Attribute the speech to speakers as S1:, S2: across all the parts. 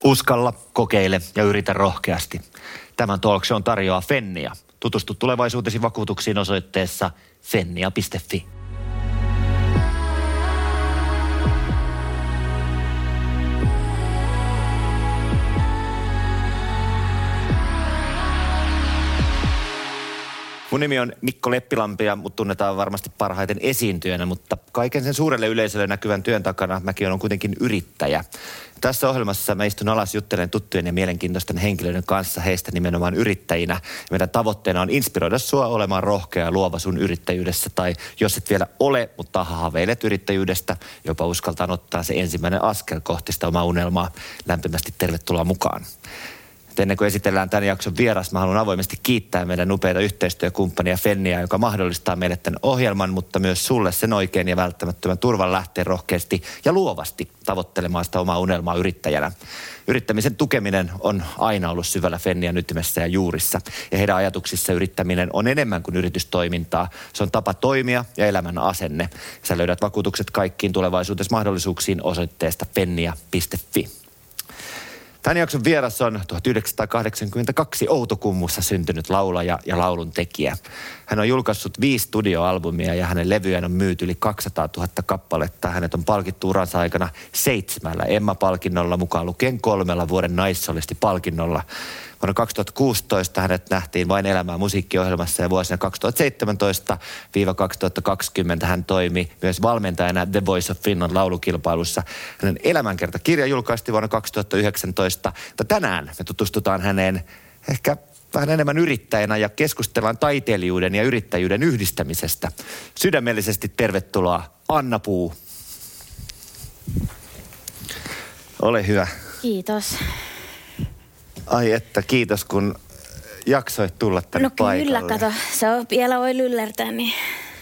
S1: Uskalla, kokeile ja yritä rohkeasti. Tämän talkshown tarjoaa Fennia. Tutustu tulevaisuutesi vakuutuksiin osoitteessa fennia.fi. Mun nimi on Mikko Leppilampi ja mut tunnetaan varmasti parhaiten esiintyjänä, mutta kaiken sen suurelle yleisölle näkyvän työn takana mäkin olen kuitenkin yrittäjä. Tässä ohjelmassa mä istun alas juttelen tuttujen ja mielenkiintoisten henkilöiden kanssa heistä nimenomaan yrittäjinä. Meidän tavoitteena on inspiroida sua olemaan rohkea ja luova sun yrittäjyydessä. Tai jos et vielä ole, mutta haaveilet yrittäjyydestä, jopa uskaltaan ottaa se ensimmäinen askel kohti sitä omaa unelmaa. Lämpimästi tervetuloa mukaan. Ennen kuin esitellään tämän jakson vieras, mä haluan avoimesti kiittää meidän upeita yhteistyökumppania Fenniaa, joka mahdollistaa meille tämän ohjelman, mutta myös sulle sen oikein ja välttämättömän turvan lähteä rohkeasti ja luovasti tavoittelemaan sitä omaa unelmaa yrittäjänä. Yrittämisen tukeminen on aina ollut syvällä Fennian ytimessä ja juurissa. Ja heidän ajatuksissa yrittäminen on enemmän kuin yritystoimintaa. Se on tapa toimia ja elämän asenne. Sä löydät vakuutukset kaikkiin tulevaisuudessa mahdollisuuksiin osoitteesta fennia.fi. Tämän jakson vieras on 1982 Outokummussa syntynyt laulaja ja lauluntekijä. Hän on julkaissut 5 studioalbumia ja hänen levyjään on myyty yli 200 000 kappaletta. Hänet on palkittu uransa aikana 7 Emma-palkinnolla, mukaan lukien 3 vuoden naissolistipalkinnolla. Vuonna 2016 hänet nähtiin Vain elämää musiikkiohjelmassa ja vuosina 2017-2020 hän toimi myös valmentajana The Voice of Finland laulukilpailussa. Hänen elämänkertakirja julkaistiin vuonna 2019, mutta tänään me tutustutaan häneen ehkä vähän enemmän yrittäjänä ja keskustellaan taiteilijuuden ja yrittäjyyden yhdistämisestä. Sydämellisesti tervetuloa Anna Puu. Ole hyvä.
S2: Kiitos.
S1: Ai että, kiitos kun jaksoit tulla tänne paikalle.
S2: No kyllä, kato, se on vielä voi lyllertää, niin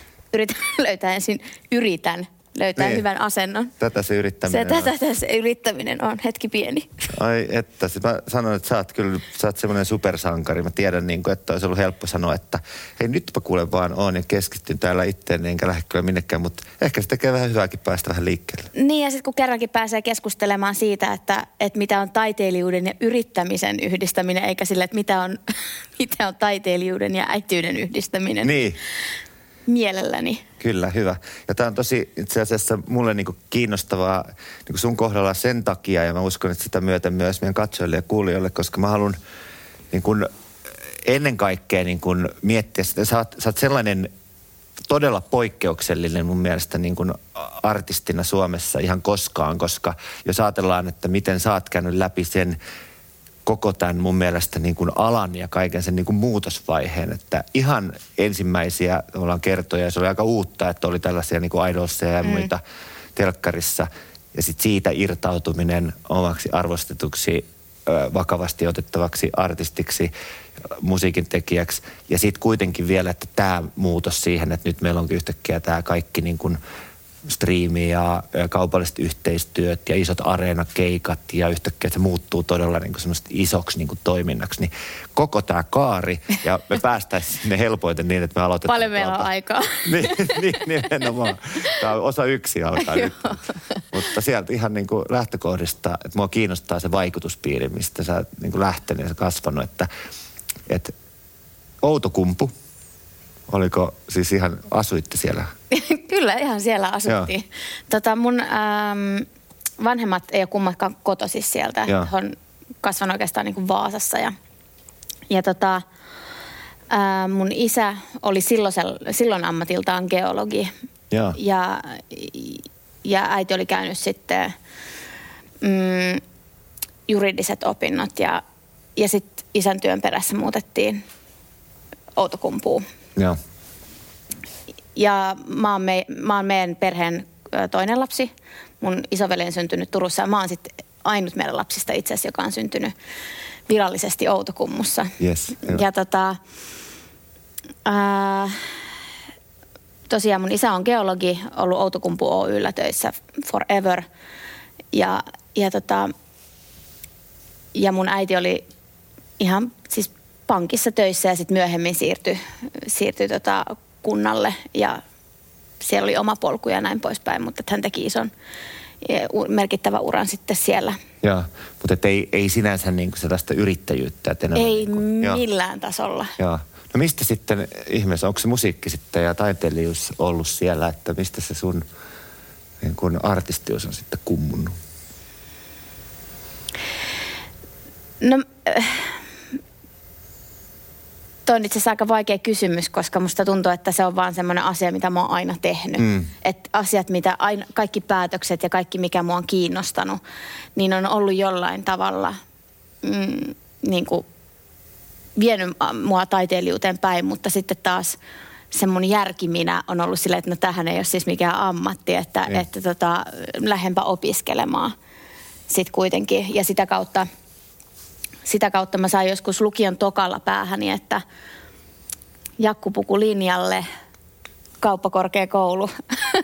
S2: yritän löytää niin hyvän asennon.
S1: Tätä se yrittäminen on.
S2: Tätä se yrittäminen on, hetki pieni.
S1: Ai että, mä sanon, että sä oot semmoinen supersankari. Mä tiedän, että olisi ollut helppo sanoa, että hei nytpä kuule vaan oon ja keskityn täällä itteen, enkä lähde kyllä minnekään, mutta ehkä se tekee vähän hyvääkin päästä vähän liikkeelle. Niin
S2: ja sitten kun kerrankin pääsee keskustelemaan siitä, että mitä on taiteilijuuden ja yrittämisen yhdistäminen, eikä sille, että mitä on taiteilijuuden ja äitiyden yhdistäminen.
S1: Niin.
S2: Mielelläni.
S1: Kyllä, hyvä. Ja tämä on tosi itse asiassa mulle kiinnostavaa sun kohdalla sen takia, ja mä uskon, että sitä myöten myös meidän katsojille ja kuulijoille, koska mä haluan ennen kaikkea miettiä sitä. Sä oot sellainen todella poikkeuksellinen mun mielestä artistina Suomessa ihan koskaan, koska jos ajatellaan, että miten sä oot käynyt läpi sen koko tämän mun mielestä alan ja kaiken sen muutosvaiheen, että ihan ensimmäisiä kertoja, se oli aika uutta, että oli tällaisia idolseja ja muita telkkarissa ja sitten siitä irtautuminen omaksi arvostetuksi, vakavasti otettavaksi artistiksi, musiikin tekijäksi ja sitten kuitenkin vielä, että tämä muutos siihen, että nyt meillä onkin yhtäkkiä tämä kaikki striimi ja kaupalliset yhteistyöt ja isot areenakeikat ja yhtäkkiä se muuttuu todella semmoista isoksi toiminnaksi. Niin koko tämä kaari ja me päästäisiin sinne helpoiten niin, että me aloitetaan.
S2: Paljon meillä on aikaa.
S1: niin, nimenomaan. Tämä on osa 1 alkaa nyt. Mutta sieltä ihan lähtökohdista, että mua kiinnostaa se vaikutuspiiri, mistä sä oot lähtenyt ja kasvanut, että Outokumpu, oliko siis ihan, asuitte siellä?
S2: Kyllä, ihan siellä asuttiin. Mun vanhemmat ei ole kummatkaan kotoisin sieltä. He on kasvanut oikeastaan Vaasassa. Mun isä oli silloin ammatiltaan geologi. Ja äiti oli käynyt sitten juridiset opinnot. Ja sitten isän työn perässä muutettiin Outokumpuun.
S1: Joo.
S2: Ja mä oon meidän perheen toinen lapsi. Mun isoveli on syntynyt Turussa ja mä oon sitten ainut meidän lapsista itse asiassa, joka on syntynyt virallisesti Outokummussa.
S1: Yes,
S2: ja tosiaan mun isä on geologi, ollut Outokumpu Oy:llä töissä forever. Ja mun äiti oli ihan siis pankissa töissä ja sitten myöhemmin siirtyi kunnalle ja siellä oli oma polku ja näin poispäin, mutta hän teki merkittävä uran sitten siellä.
S1: Joo, mutta ei sinänsä niin kuin sellaista yrittäjyyttä. Että
S2: ei
S1: niin kuin,
S2: millään tasolla.
S1: Joo. No mistä sitten ihmeessä, onko se musiikki sitten ja taiteilijuus ollut siellä, että mistä se sun niin kuin artistius on sitten kummunut?
S2: No, toi on itse asiassa aika vaikea kysymys, koska musta tuntuu, että se on vaan semmoinen asia, mitä mä oon aina tehnyt. Että asiat, mitä aina, kaikki päätökset ja kaikki, mikä mua on kiinnostanut, niin on ollut jollain tavalla niin kuin vienyt mua taiteilijuuteen päin, mutta sitten taas se mun järkiminä on ollut silleen, että no tämähän ei ole siis mikään ammatti, että lähdenpä opiskelemaan sitten kuitenkin. Ja sitä kautta mä sain joskus lukion tokalla päähäni, että jakkupukulinjalle, kauppakorkeakoulu.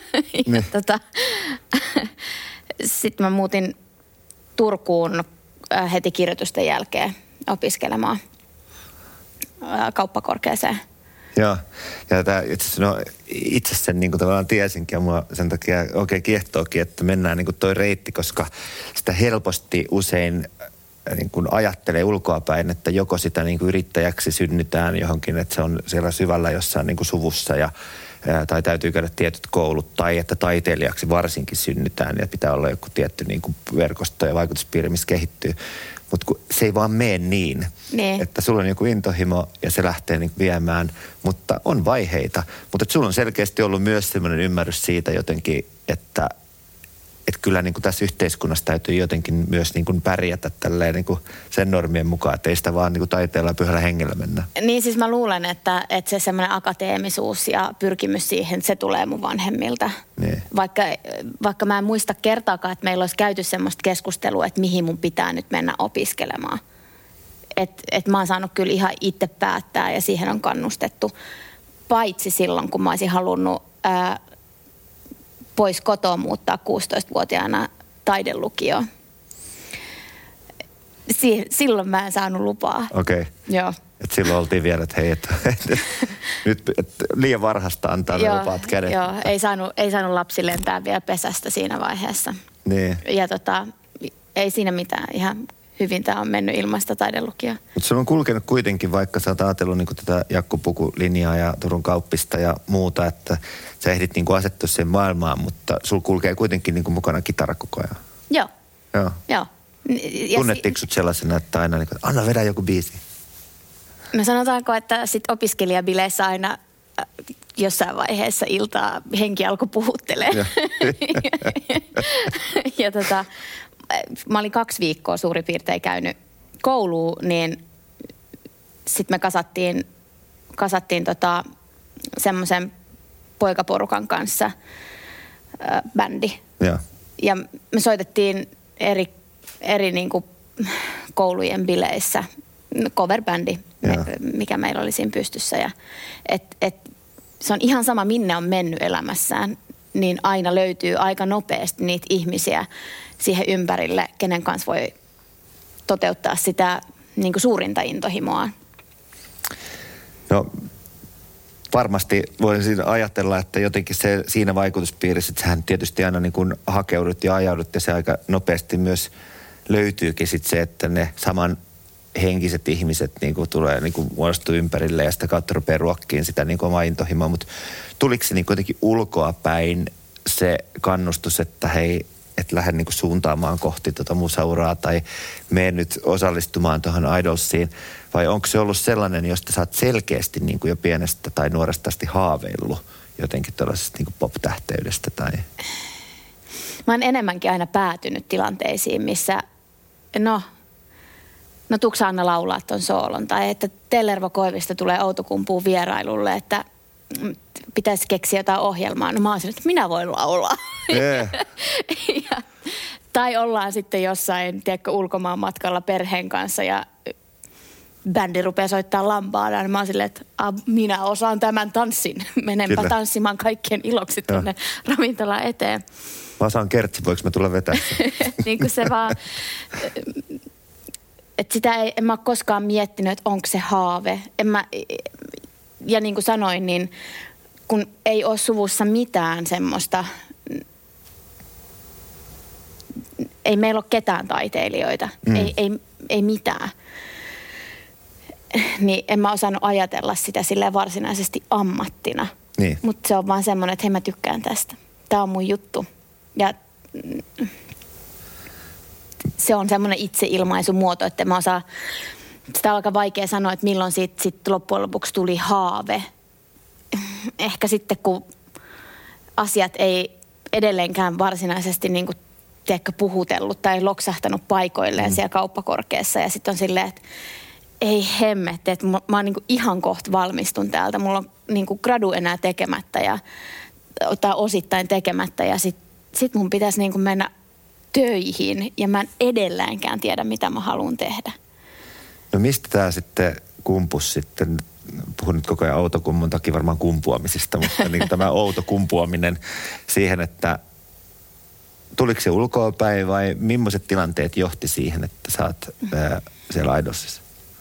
S2: Sitten mä muutin Turkuun heti kirjoitusten jälkeen opiskelemaan kauppakorkeaseen.
S1: Joo, ja tämä itse sen niin kuin tavallaan tiesinkin ja mua sen takia oikein kiehtookin, että mennään niin kuin toi reitti, koska sitä helposti usein niin kuin ajattelee ulkoapäin, että joko sitä niin kuin yrittäjäksi synnytään johonkin, että se on siellä syvällä jossain niin kuin suvussa tai täytyy käydä tietyt koulut, tai että taiteilijaksi varsinkin synnytään ja pitää olla joku tietty niin kuin verkosto ja vaikutuspiiri, missä kehittyy. Mutta se ei vaan mene niin, että sulla on joku intohimo ja se lähtee niin viemään, mutta on vaiheita. Mutta sulla on selkeästi ollut myös sellainen ymmärrys siitä jotenkin, että kyllä niin kuin tässä yhteiskunnassa täytyy jotenkin myös niin kuin pärjätä tälleen niin kuin sen normien mukaan, että ei sitä vaan niin kuin taiteella ja pyhällä hengellä mennä.
S2: Niin siis mä luulen, että se semmoinen akateemisuus ja pyrkimys siihen, se tulee mun vanhemmilta.
S1: Niin.
S2: Vaikka mä en muista kertaakaan, että meillä olisi käyty semmoista keskustelua, että mihin mun pitää nyt mennä opiskelemaan. Että mä oon saanut kyllä ihan itse päättää ja siihen on kannustettu. Paitsi silloin, kun mä olisin halunnut pois kotoa muuttaa 16-vuotiaana taidelukioon. Silloin mä en saanut lupaa.
S1: Okei.
S2: Joo.
S1: Et silloin oltiin vielä, että hei, nyt liian varhasta antaa ne lupaat kädet.
S2: Joo, ei saanut lapsi lentää vielä pesästä siinä vaiheessa.
S1: Niin.
S2: Ja ei siinä mitään. Ihan hyvin tämä on mennyt ilman sitä taidelukioa.
S1: Mutta sulla on kulkenut kuitenkin, vaikka sä oot ajatellut niin tätä jakkupukulinjaa ja Turun kauppista ja muuta, että sä ehdit niin asettua sen maailmaan, mutta sulla kulkee kuitenkin niin mukana kitara koko ajan. Joo. Tunnettiinko sut sellaisena, että aina niin kuin, anna vedä joku biisi?
S2: No sanotaanko, että sit opiskelijabileissä aina jossain vaiheessa iltaa henki alkoi puhuttelee. Ja mä olin 2 viikkoa suurin piirtein käynyt kouluun, niin sitten me kasattiin semmoisen poikaporukan kanssa bändi. Ja me soitettiin eri niinku koulujen bileissä, coverbändi, mikä meillä oli siinä pystyssä. Ja se on ihan sama, minne on mennyt elämässään, niin aina löytyy aika nopeasti niitä ihmisiä siihen ympärille, kenen kanssa voi toteuttaa sitä niin kuin suurinta intohimoa.
S1: No varmasti voisin ajatella, että jotenkin se siinä vaikutuspiirissä, että sähän tietysti aina niin kuin hakeudut ja ajaudut ja se aika nopeasti myös löytyykin sitten se, että ne saman henkiset ihmiset niin kuin tulee niin kuin muodostuu ympärille ja sitä kautta rupeaa ruokkiin sitä niin kuin omaa intohimoa, mutta tuliko se niin kuin jotenkin ulkoa päin se kannustus, että hei, et lähde niin kuin suuntaamaan kohti musauraa tai mene nyt osallistumaan tuohon Idolsiin, vai onko se ollut sellainen, josta sä oot selkeästi niin kuin jo pienestä tai nuoresta asti haaveillut jotenkin tällaisesta niin kuin pop-tähteydestä tai?
S2: Mä oon enemmänkin aina päätynyt tilanteisiin, missä tuuks Anna laulaa ton soolon, tai että Tellervo Koivisto tulee Outokumpuun vierailulle, että pitäisi keksiä jotain ohjelmaa. No mä oon sanonut, että minä voin laulaa.
S1: Yeah.
S2: Tai ollaan sitten jossain, tiedätkö, ulkomaan matkalla perheen kanssa ja bändi rupeaa soittaa lambaadaa. Niin mä oon silleen, että minä osaan tämän tanssin. Menenpä tanssimaan kaikkien iloksi tuonne ravintolaan eteen.
S1: Mä osaan kertsi, voiko mä tulla vetää?
S2: Niin kuin se vaan, että sitä en mä ole koskaan miettinyt, että onko se haave. Ja niin kuin sanoin, niin kun ei ole suvussa mitään semmoista ei meillä ole ketään taiteilijoita, ei mitään. Niin en mä osannut ajatella sitä silleen varsinaisesti ammattina.
S1: Niin.
S2: Mutta se on vaan semmoinen, että hei mä tykkään tästä. Tää on mun juttu. Ja se on semmoinen itseilmaisumuoto, että mä osaa, sitä on aika vaikea sanoa, että milloin siitä loppujen lopuksi tuli haave. Ehkä sitten, kun asiat ei edelleenkään varsinaisesti niin kuin, tiedätkö, puhutellut tai loksahtanut paikoilleen siellä kauppakorkeassa. Ja sitten on silleen, että ei hemmetti, että mä oon niin kuin ihan kohta valmistun täältä. Mulla on niin kuin gradu enää tekemättä tai osittain tekemättä ja sit mun pitäisi niin kuin mennä töihin ja mä en edelleenkään tiedä, mitä mä haluan tehdä.
S1: No mistä tää sitten kumpus sitten? Puhun nyt koko ajan outokummun takia varmaan kumpuamisista, mutta niin tämä outo kumpuaminen siihen, että tuliko se ulkoapäin vai millaiset tilanteet johti siihen, että sä oot siellä Idolsissa?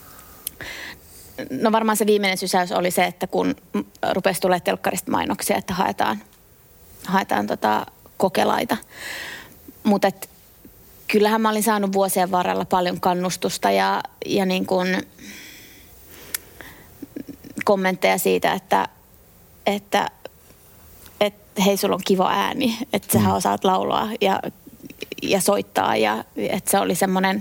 S2: No varmaan se viimeinen sysäys oli se, että kun rupesi tulemaan telkkarista mainoksia, että haetaan kokelaita. Mutta kyllähän mä olin saanut vuosien varrella paljon kannustusta ja niin kuin kommentteja siitä, että hei, sulla on kiva ääni, että sähän osaat laulaa ja soittaa. Ja että se oli semmoinen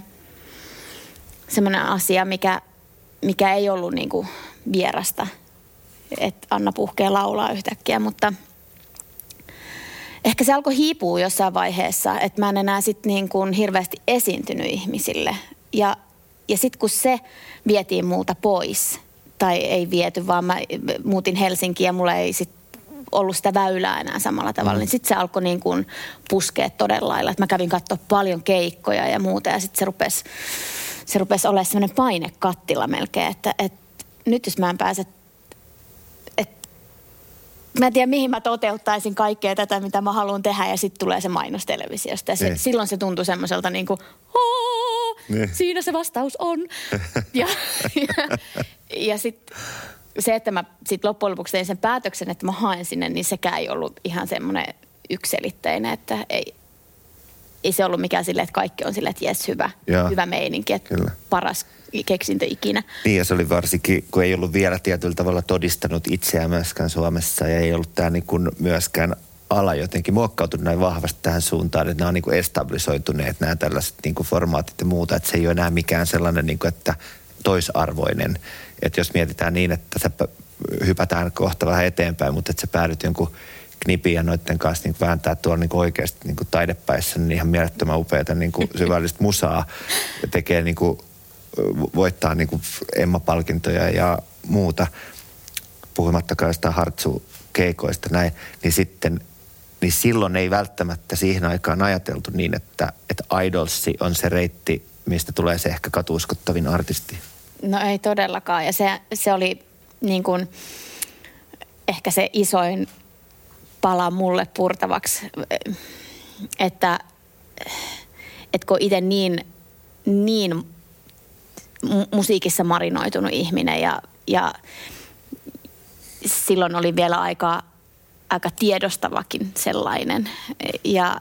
S2: asia, mikä ei ollut niinku vierasta, että Anna Puhkee laulaa yhtäkkiä, mutta ehkä se alkoi hiipua jossain vaiheessa, että mä en enää sitten niin kuin hirveästi esiintynyt ihmisille. Ja sitten kun se vietiin multa pois, tai ei viety, vaan mä muutin Helsinkiin ja mulla ei sitten ollut sitä väylää enää samalla tavalla, niin sitten se alkoi niin kuin puskea todella lailla. Että mä kävin katsoa paljon keikkoja ja muuta ja sitten se rupesi olemaan semmoinen painekattila melkein, että nyt jos mä en pääse, mä en tiedä mihin mä toteuttaisin kaikkea tätä, mitä mä haluan tehdä ja sitten tulee se mainos televisiosta. Ja silloin se tuntui semmoiselta niin kuin, siinä se vastaus on. ja sitten se, että mä sitten loppujen lopuksi tein sen päätöksen, että mä haen sinne, niin sekään ei ollut ihan semmoinen yksiselitteinen, että ei se ollut mikään silleen, että kaikki on silleen, että jes, hyvä meininki, että paras keksintö ikinä.
S1: Niin ja se oli varsinkin, kun ei ollut vielä tietyllä tavalla todistanut itseään myöskään Suomessa ja ei ollut tämä niin kuin myöskään ala jotenkin muokkautunut näin vahvasti tähän suuntaan, että nämä on niin kuin establisoituneet, nämä tällaiset niin kuin formaatit ja muuta, että se ei ole enää mikään sellainen, niin kuin, että toisarvoinen. Että jos mietitään niin, että sä hypätään kohta vähän eteenpäin, mutta että sä päädyt jonkun knipin ja noiden kanssa niin vääntää tuolla niin oikeasti niin taidepäissä, niin ihan mielettömän upeata niin syvällistä musaa ja tekee niin kuin, voittaa niin kuin Emma-palkintoja ja muuta, puhumattakaan sitä hartsu-keikoista näin, niin silloin ei välttämättä siihen aikaan ajateltu niin, että Idolsi on se reitti, mistä tulee se ehkä katuuskottavin artisti.
S2: No ei todellakaan ja se oli niin kuin ehkä se isoin pala mulle purtavaksi, että kun itse niin musiikissa marinoitunut ihminen ja silloin oli vielä aika tiedostavakin sellainen ja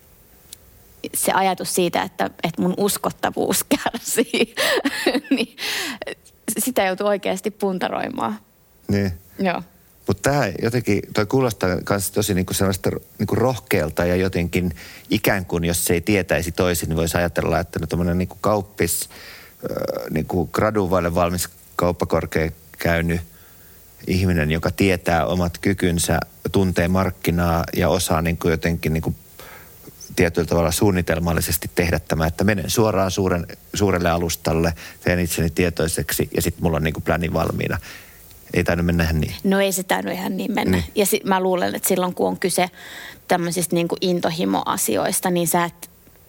S2: se ajatus siitä, että mun uskottavuus kärsii, niin sitä joutui oikeasti puntaroimaan.
S1: Niin.
S2: Joo.
S1: Mutta tämä jotenkin, toi kuulostaa myös tosi niinku sellaista niinku rohkealta ja jotenkin ikään kuin, jos se ei tietäisi toisin, niin voisi ajatella, että no tommoinen niinku kauppis, niinku gradun vaille valmis kauppakorkea käynyt ihminen, joka tietää omat kykynsä, tuntee markkinaa ja osaa niinku jotenkin niinku tietyllä tavalla suunnitelmallisesti tehdä tämä, että menen suoraan suurelle alustalle, teen itseni tietoiseksi ja sitten mulla on niinku pläni valmiina. Ei tainnut mennä ihan niin.
S2: No ei se tainnut ihan niin mennä. Niin. Ja mä luulen, että silloin kun on kyse tämmöisistä niin kuin intohimo-asioista, niin sä et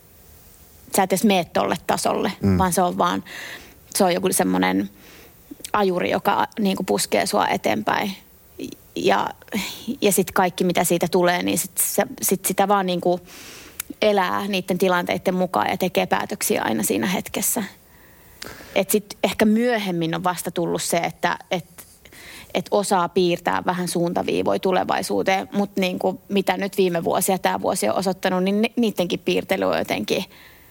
S2: edes mene tolle tasolle, vaan se on joku semmoinen ajuri, joka niin kuin puskee sua eteenpäin. Ja sitten kaikki, mitä siitä tulee, niin sit sitä vaan niin kuin elää niiden tilanteiden mukaan ja tekee päätöksiä aina siinä hetkessä. Että sitten ehkä myöhemmin on vasta tullut se, että osaa piirtää vähän suuntaviivoja tulevaisuuteen, mutta niin kuin mitä nyt viime vuosi ja tämä vuosi on osoittanut, niin niidenkin piirtely on jotenkin.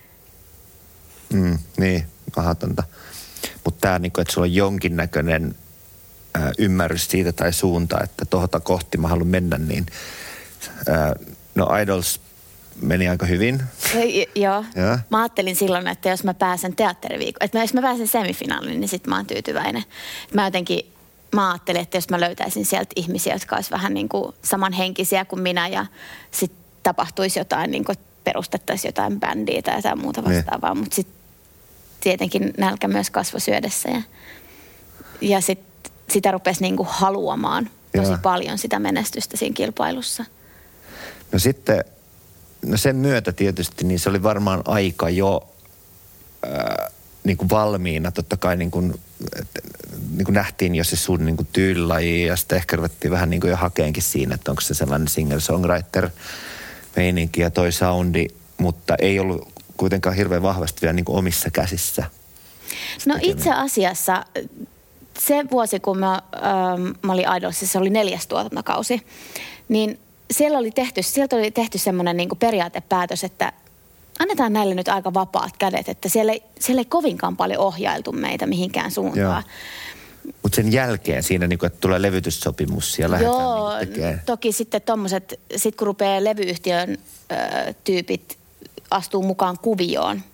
S1: Niin, mahdottomta. Mutta tämä, niin että sulla on jonkinnäköinen ymmärrys siitä tai suunta, että tohota kohti mä haluan mennä, niin no Idols meni aika hyvin.
S2: Joo. Mä ajattelin silloin, että jos mä pääsen teatteriviikolle, että jos mä pääsen semifinaaliin, niin sit mä oon tyytyväinen. Mä ajattelin, että jos mä löytäisin sieltä ihmisiä, jotka olisi vähän niin kuin samanhenkisiä kuin minä ja sit tapahtuisi jotain, niin kuin perustettaisiin jotain bändiä tai jotain muuta vastaavaa. Mutta sitten tietenkin nälkä myös kasvoi syödessä ja sitä rupesi niin kuin haluamaan tosi paljon sitä menestystä siinä kilpailussa.
S1: No sitten, sen myötä tietysti, niin se oli varmaan aika jo niin kuin valmiina. Totta kai niin kuin nähtiin jo se sun niin kuin tyylilaji ja sitten ehkä ruvettiin vähän niin kuin jo hakeenkin siinä, että onko se sellainen singer-songwriter-meininki ja toi soundi, mutta ei ollut kuitenkaan hirveän vahvasti vielä niin kuin omissa käsissä.
S2: No itse asiassa se vuosi, kun mä olin Idolsissa, se oli 4. tuotantokausi, niin sieltä oli tehty semmoinen niin kuin periaatepäätös, että annetaan näille nyt aika vapaat kädet, että siellä ei kovinkaan paljon ohjailtu meitä mihinkään suuntaan.
S1: Mutta sen jälkeen siinä, niin kuin, että tulee levytyssopimus ja lähdetään niin tekemään.
S2: Toki sitten tommoset, kun rupeaa levyyhtiön tyypit astuu mukaan kuvioon,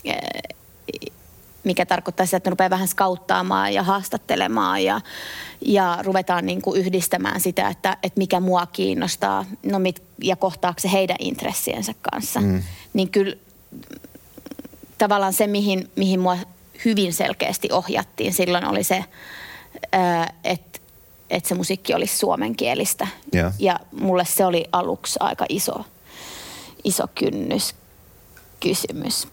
S2: mikä tarkoittaa sitä, että ne rupeaa vähän skauttaamaan ja haastattelemaan ja ruvetaan niin kuin yhdistämään sitä, että mikä mua kiinnostaa ja kohtaako se heidän intressiensä kanssa. Niin kyllä tavallaan se, mihin mua hyvin selkeästi ohjattiin silloin oli se, että se musiikki olisi suomenkielistä. Ja mulle se oli aluksi aika iso kynnyskysymys.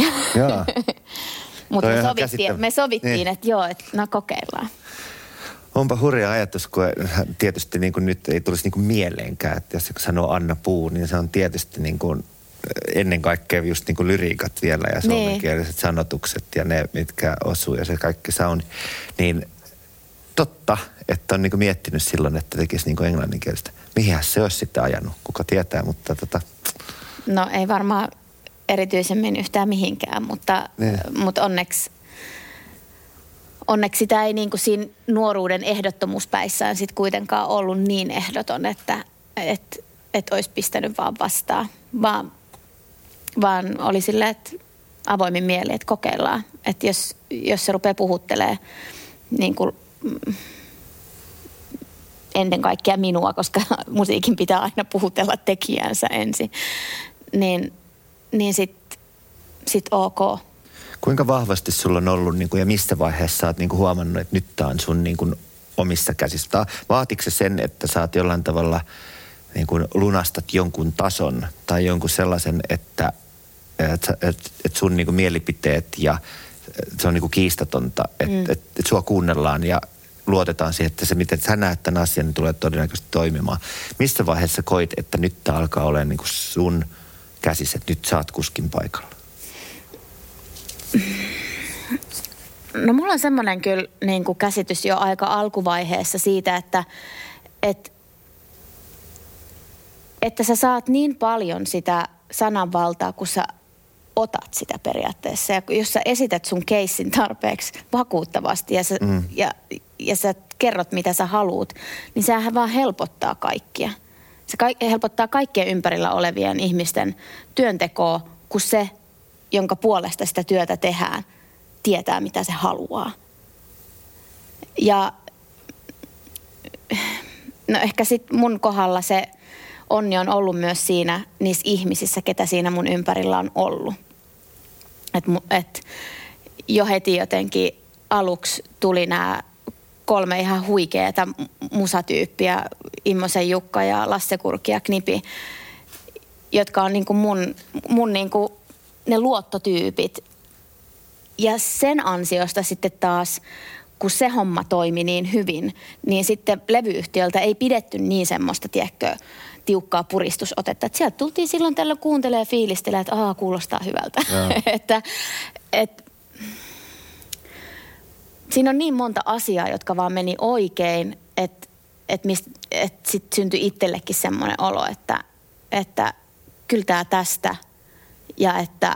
S2: Mutta me sovittiin, että että kokeillaan.
S1: Onpa hurja ajatus, kun tietysti niin kuin nyt ei tulisi niin kuin mieleenkään, että jos sanoo Anna Puu, niin se on tietysti niin kuin ennen kaikkea just niin kuin lyriikat vielä ja suomenkieliset sanotukset ja ne, mitkä osuu ja se kaikki sound. Niin totta, että on niin kuin miettinyt silloin, että tekisi niin kuin englanninkielistä. Mihinhän se olisi sitten ajanut, kuka tietää, mutta
S2: No ei varmaan erityisemmin yhtään mihinkään, mutta onneksi sitä ei niin kuin siinä nuoruuden ehdottomuuspäissään sit kuitenkaan ollut niin ehdoton, että olisi pistänyt vaan vastaan, vaan oli silleen, että avoimin mieli, että kokeillaan. Että jos se rupeaa puhuttelemaan niin kuin ennen kaikkea minua, koska musiikin pitää aina puhutella tekijänsä ensin, niin sit ok.
S1: Kuinka vahvasti sulla on ollut niin kuin, ja missä vaiheessa sä oot niin kuin huomannut, että nyt tää on sun niin kuin omissa käsissä? Vaatiko se sen, että sä oot jollain tavalla niin kuin lunastat jonkun tason tai jonkun sellaisen, että sun niin kuin mielipiteet ja se on niin kuin kiistatonta, että sua kuunnellaan ja luotetaan siihen, että se miten sä näet tämän asian, niin tulee todennäköisesti toimimaan. Missä vaiheessa koit, että nyt tää alkaa olemaan niin kuin sun käsissä, että nyt sä oot kuskin paikalla?
S2: No mulla on semmoinen kyllä niin kuin käsitys jo aika alkuvaiheessa siitä, että sä saat niin paljon sitä sananvaltaa, kun sä otat sitä periaatteessa. Ja jos sä esität sun keissin tarpeeksi vakuuttavasti ja sä kerrot, mitä sä haluut, niin sehän vaan helpottaa kaikkia. Se helpottaa kaikkien ympärillä olevien ihmisten työntekoa, kun se, jonka puolesta sitä työtä tehdään, tietää, mitä se haluaa. Ja no ehkä sitten mun kohdalla se onni on ollut myös siinä niissä ihmisissä, ketä siinä mun ympärillä on ollut. Et jo heti jotenkin aluksi tuli nämä 3 ihan huikeata musatyyppiä, Immosen Jukka ja Lasse Kurki ja Knipi, jotka on niinku mun niinku ne luottotyypit. Ja sen ansiosta sitten taas, kun se homma toimi niin hyvin, niin sitten levyyhtiöltä ei pidetty niin semmoista, tiukkaa puristusotetta. Että sieltä tultiin silloin tällöin kuuntelemaan ja fiilistelemään, että kuulostaa hyvältä. Siinä on niin monta asiaa, jotka vaan meni oikein, että sitten syntyi itsellekin semmoinen olo, että kyllä tämä tästä ja että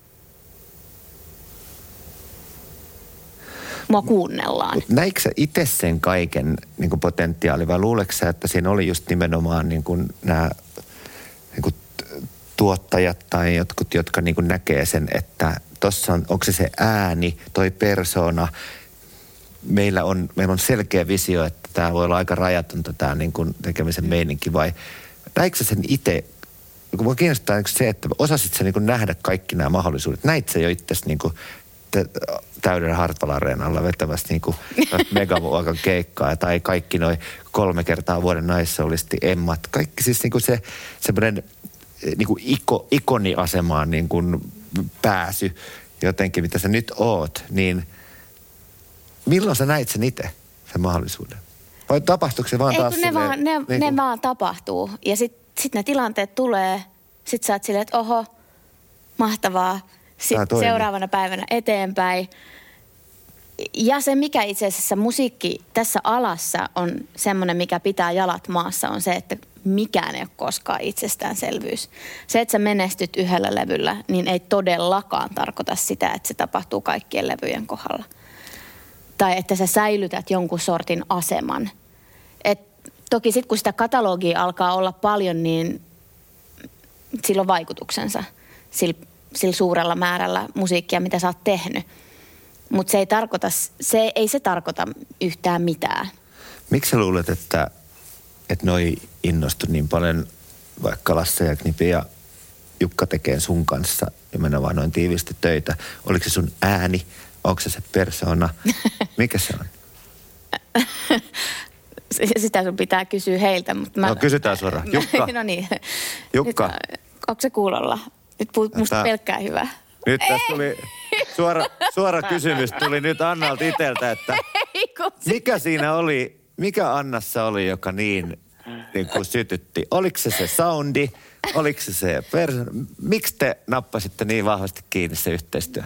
S2: mua kuunnellaan.
S1: Näikö sä itse sen kaiken niin kuin potentiaali vai luuleeko sä, että siinä oli just nimenomaan niin kuin nämä niin kuin tuottajat tai jotkut, jotka niin kuin näkee sen, että tossa on, onko se ääni, toi persona, meillä on selkeä visio, että tämä voi olla aika rajatonta tämä niin kuin tekemisen meininki vai näikö sä sen itse, kun mua kiinnostaa se, että osasit sä niin kuin nähdä kaikki nämä mahdollisuudet, näit sä jo itsesi niin kuin täydellä Hartwall-areenalla vetävästi niin kuin megaluokan keikkaa tai kaikki noi 3 kertaa vuoden naissoulisti Emmat. Kaikki siis niin kuin se semmoinen niin kuin ikoniasemaan niin kuin pääsy jotenkin, mitä sä nyt oot, niin milloin sä näit sen itse, sen mahdollisuuden? Vai tapahtuuko se vaan
S2: ei,
S1: taas
S2: silleen? Ne vaan tapahtuu ja sit ne tilanteet tulee, sit sä oot silleen, että oho, mahtavaa. Sitten seuraavana päivänä eteenpäin. Ja se, mikä itse asiassa musiikki tässä alassa on semmoinen, mikä pitää jalat maassa, on se, että mikään ei ole koskaan itsestäänselvyys. Se, että sä menestyt yhdellä levyllä, niin ei todellakaan tarkoita sitä, että se tapahtuu kaikkien levyjen kohdalla. Tai että sä säilytät jonkun sortin aseman. Toki sitten, kun sitä katalogia alkaa olla paljon, niin sillä on vaikutuksensa sillä suurella määrällä musiikkia, mitä sä oot tehnyt. Mutta ei se tarkoita yhtään mitään.
S1: Miksi sä luulet, että noi innostu niin paljon, vaikka Lasse ja Knipi ja Jukka tekee sun kanssa ja mennä vaan noin tiivisti töitä? Oliko se sun ääni? Onko se persona? Mikä se on?
S2: Sitä sun pitää kysyä heiltä. Mutta
S1: kysytään suoraan. Jukka.
S2: No niin.
S1: Jukka.
S2: Onko se kuulolla? Nyt musta pelkkää hyvää.
S1: Nyt tässä tuli suora kysymys tuli nyt Annalta itseltä, että mikä siinä oli, mikä Annassa oli, joka niin kuin sytytti? Oliko se soundi? Oliko se persona? Miksi te nappasitte niin vahvasti kiinni se yhteistyö?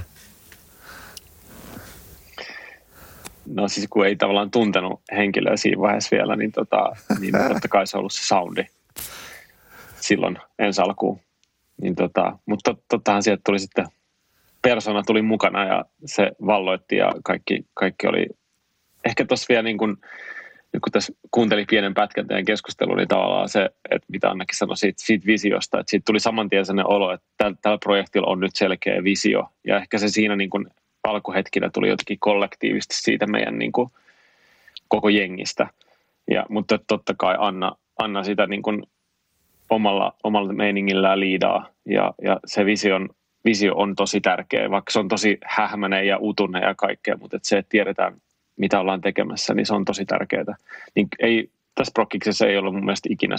S3: No siis kun ei tavallaan tuntenut henkilöä siinä vaiheessa vielä, niin totta kai se on ollut se soundi silloin ensi alkuun. Niin mutta tottahan sieltä tuli sitten, persona tuli mukana ja se valloitti ja kaikki oli, ehkä tuossa vielä niin kuin, nyt kun tässä kuuntelin pienen pätkän teidän keskustelua, niin tavallaan se, että mitä Annakin sanoi siitä visiosta, että siitä tuli saman tien sellainen olo, että tällä projektilla on nyt selkeä visio ja ehkä se siinä niin kuin alkuhetkinä tuli jotenkin kollektiivisesti siitä meidän niin kuin koko jengistä, mutta totta kai Anna sitä niin kuin omalla meiningillään liidaa ja se visio on tosi tärkeä, vaikka se on tosi hähmäinen ja utunen ja kaikkea, mutta se, että tiedetään mitä ollaan tekemässä, niin se on tosi tärkeää. Niin tässä prokkiksessa ei ollut mun mielestä ikinä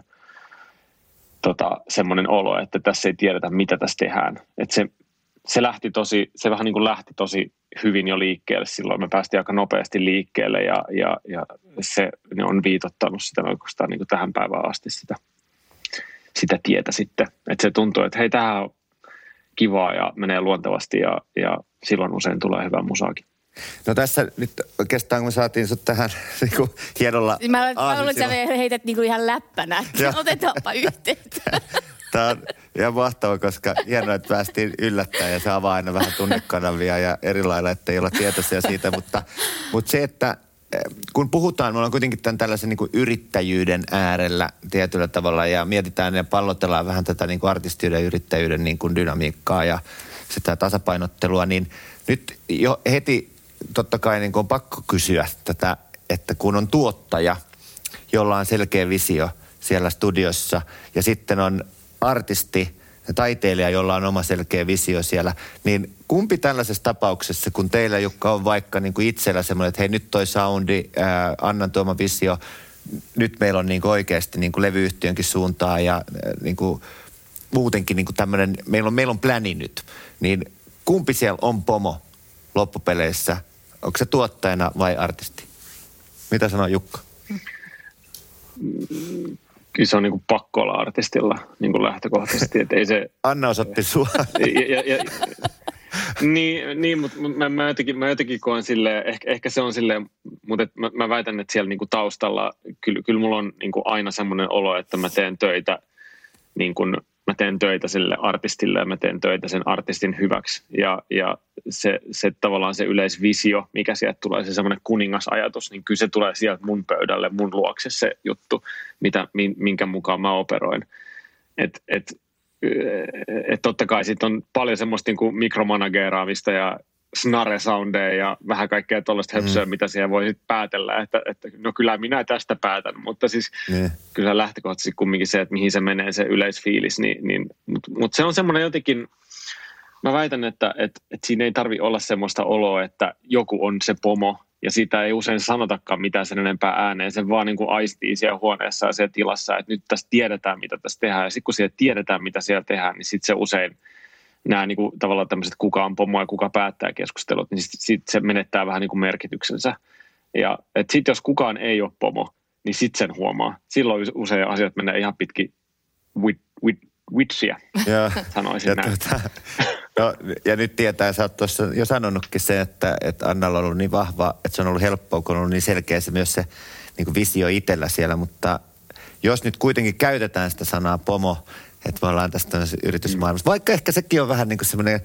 S3: semmoinen olo, että tässä ei tiedetä mitä tässä tehdään. Että se vähän niin kuin lähti tosi hyvin jo liikkeelle silloin. Me päästiin aika nopeasti liikkeelle ja se ne on viitottanut sitä oikeastaan niin kuin tähän päivään asti sitä tietä sitten. Että se tuntuu, että hei, tämähän on kivaa ja menee luontevasti ja silloin usein tulee hyvää musaakin.
S1: No tässä nyt oikeastaan, kun me saatiin sut tähän niin kuin hienolla
S2: Mä luulen, että sä heität niin kuin ihan läppänä. Otetaanpa yhteyttä.
S1: Tämä on ihan mahtava, koska hienoa, että päästiin yllättämään ja se avaa aina vähän tunnekanavia ja eri lailla, että ei olla tietoisia siitä. Mutta se, että kun puhutaan, me ollaan kuitenkin tämän tällaisen niin kuin yrittäjyyden äärellä tietyllä tavalla ja mietitään ja pallotellaan vähän tätä niin kuin artistiyden ja yrittäjyyden niin kuin dynamiikkaa ja sitä tasapainottelua, niin nyt jo heti totta kai niin kuin on pakko kysyä tätä, että kun on tuottaja, jolla on selkeä visio siellä studiossa ja sitten on artisti ja taiteilija, jolla on oma selkeä visio siellä, niin kumpi tällaisessa tapauksessa, kun teillä, Jukka, on vaikka niin kuin itsellä semmoinen, että hei nyt toi soundi, Annan tuoma visio, nyt meillä on niin kuin oikeasti niin kuin levyyhtiönkin suuntaa ja niin kuin muutenkin niin kuin tämmöinen, meillä on pläni nyt, niin kumpi siellä on pomo loppupeleissä? Onko se tuottajana vai artisti? Mitä sanoo Jukka?
S3: Kyllä se on niin kuin pakko olla artistilla niin kuin lähtökohtaisesti, että ei se...
S1: Anna osoitti sua.
S3: Niin, mutta mä jotenkin koen silleen, ehkä se on silleen, mutta mä väitän, että siellä niinku taustalla, kyllä mulla on niinku aina semmoinen olo, että mä teen töitä mä teen töitä sille artistille ja mä teen töitä sen artistin hyväksi. Ja se tavallaan se yleisvisio, mikä sieltä tulee, se semmoinen kuningasajatus, niin kyllä se tulee sieltä mun pöydälle, mun luokse se juttu, minkä mukaan mä operoin. Et totta kai sitten on paljon semmoista niin kuin mikromanageeraamista ja snare-soundeja ja vähän kaikkea tuollaista höpsöä, mitä siellä voi sitten päätellä, että no kyllä minä tästä päätän, mutta siis kyllä lähtökohtaisesti kumminkin se, että mihin se menee se yleisfiilis, mutta se on semmoinen jotenkin, mä väitän, että siinä ei tarvitse olla semmoista oloa, että joku on se pomo ja siitä ei usein sanotakaan mitään sen enempää ääneen, se vaan niin kuin aistii siellä huoneessa ja siellä tilassa, että nyt tässä tiedetään, mitä tässä tehdään ja sitten kun siellä tiedetään, mitä siellä tehdään, niin sitten se usein nämä niin kuin, tavallaan tämmöiset kuka on pomo ja kuka päättää keskustelut, niin sitten se menettää vähän niin kuin merkityksensä. Ja sitten jos kukaan ei ole pomo, niin sitten sen huomaa. Silloin usein asiat menee ihan pitkin witchiä, sanoisin näin.
S1: No, ja nyt tietää, sä oot tuossa jo sanonutkin se, että Annalla on ollut niin vahva, että se on ollut helppoa, kun on ollut niin selkeä se myös se niin kuin visio itsellä siellä, mutta jos nyt kuitenkin käytetään sitä sanaa pomo, että me ollaan tästä yritysmaailmassa. Vaikka ehkä sekin on vähän niin kuin semmoinen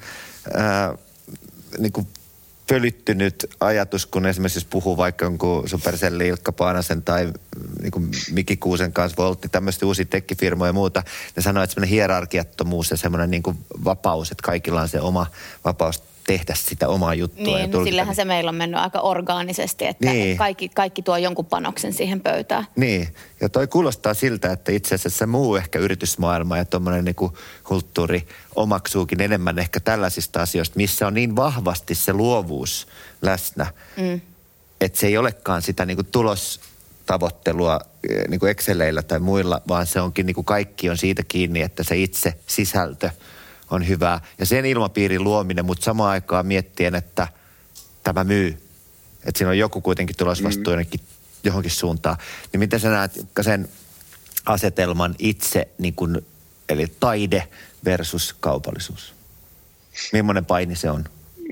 S1: niin kuin pölyttynyt ajatus, kun esimerkiksi jos puhuu vaikka jonkun Supercellin Ilkka Paanasen tai niin kuin Miki Kuusen kanssa, Voltti, tämmöistä uusia tekkifirmoja ja muuta, ne sanoo, että semmoinen hierarkiattomuus ja semmoinen niin kuin vapaus, että kaikilla on se oma vapaus tehdä sitä omaa juttua.
S2: Niin, ja sillähän se meillä on mennyt aika orgaanisesti, että kaikki tuo jonkun panoksen siihen pöytään.
S1: Niin, ja toi kuulostaa siltä, että itse asiassa muu ehkä yritysmaailma ja tuommoinen niinku kulttuuri omaksuukin enemmän ehkä tällaisista asioista, missä on niin vahvasti se luovuus läsnä, että se ei olekaan sitä niinku tulostavoittelua niinku Exceleillä tai muilla, vaan se onkin niinku kaikki on siitä kiinni, että se itse sisältö on hyvä. Ja sen ilmapiirin luominen, mutta samaan aikaan miettien, että tämä myy. Että siinä on joku kuitenkin tulossa vastuu johonkin suuntaan. Niin miten sä näet sen asetelman itse, niin kun, eli taide versus kaupallisuus? Millainen paini se on?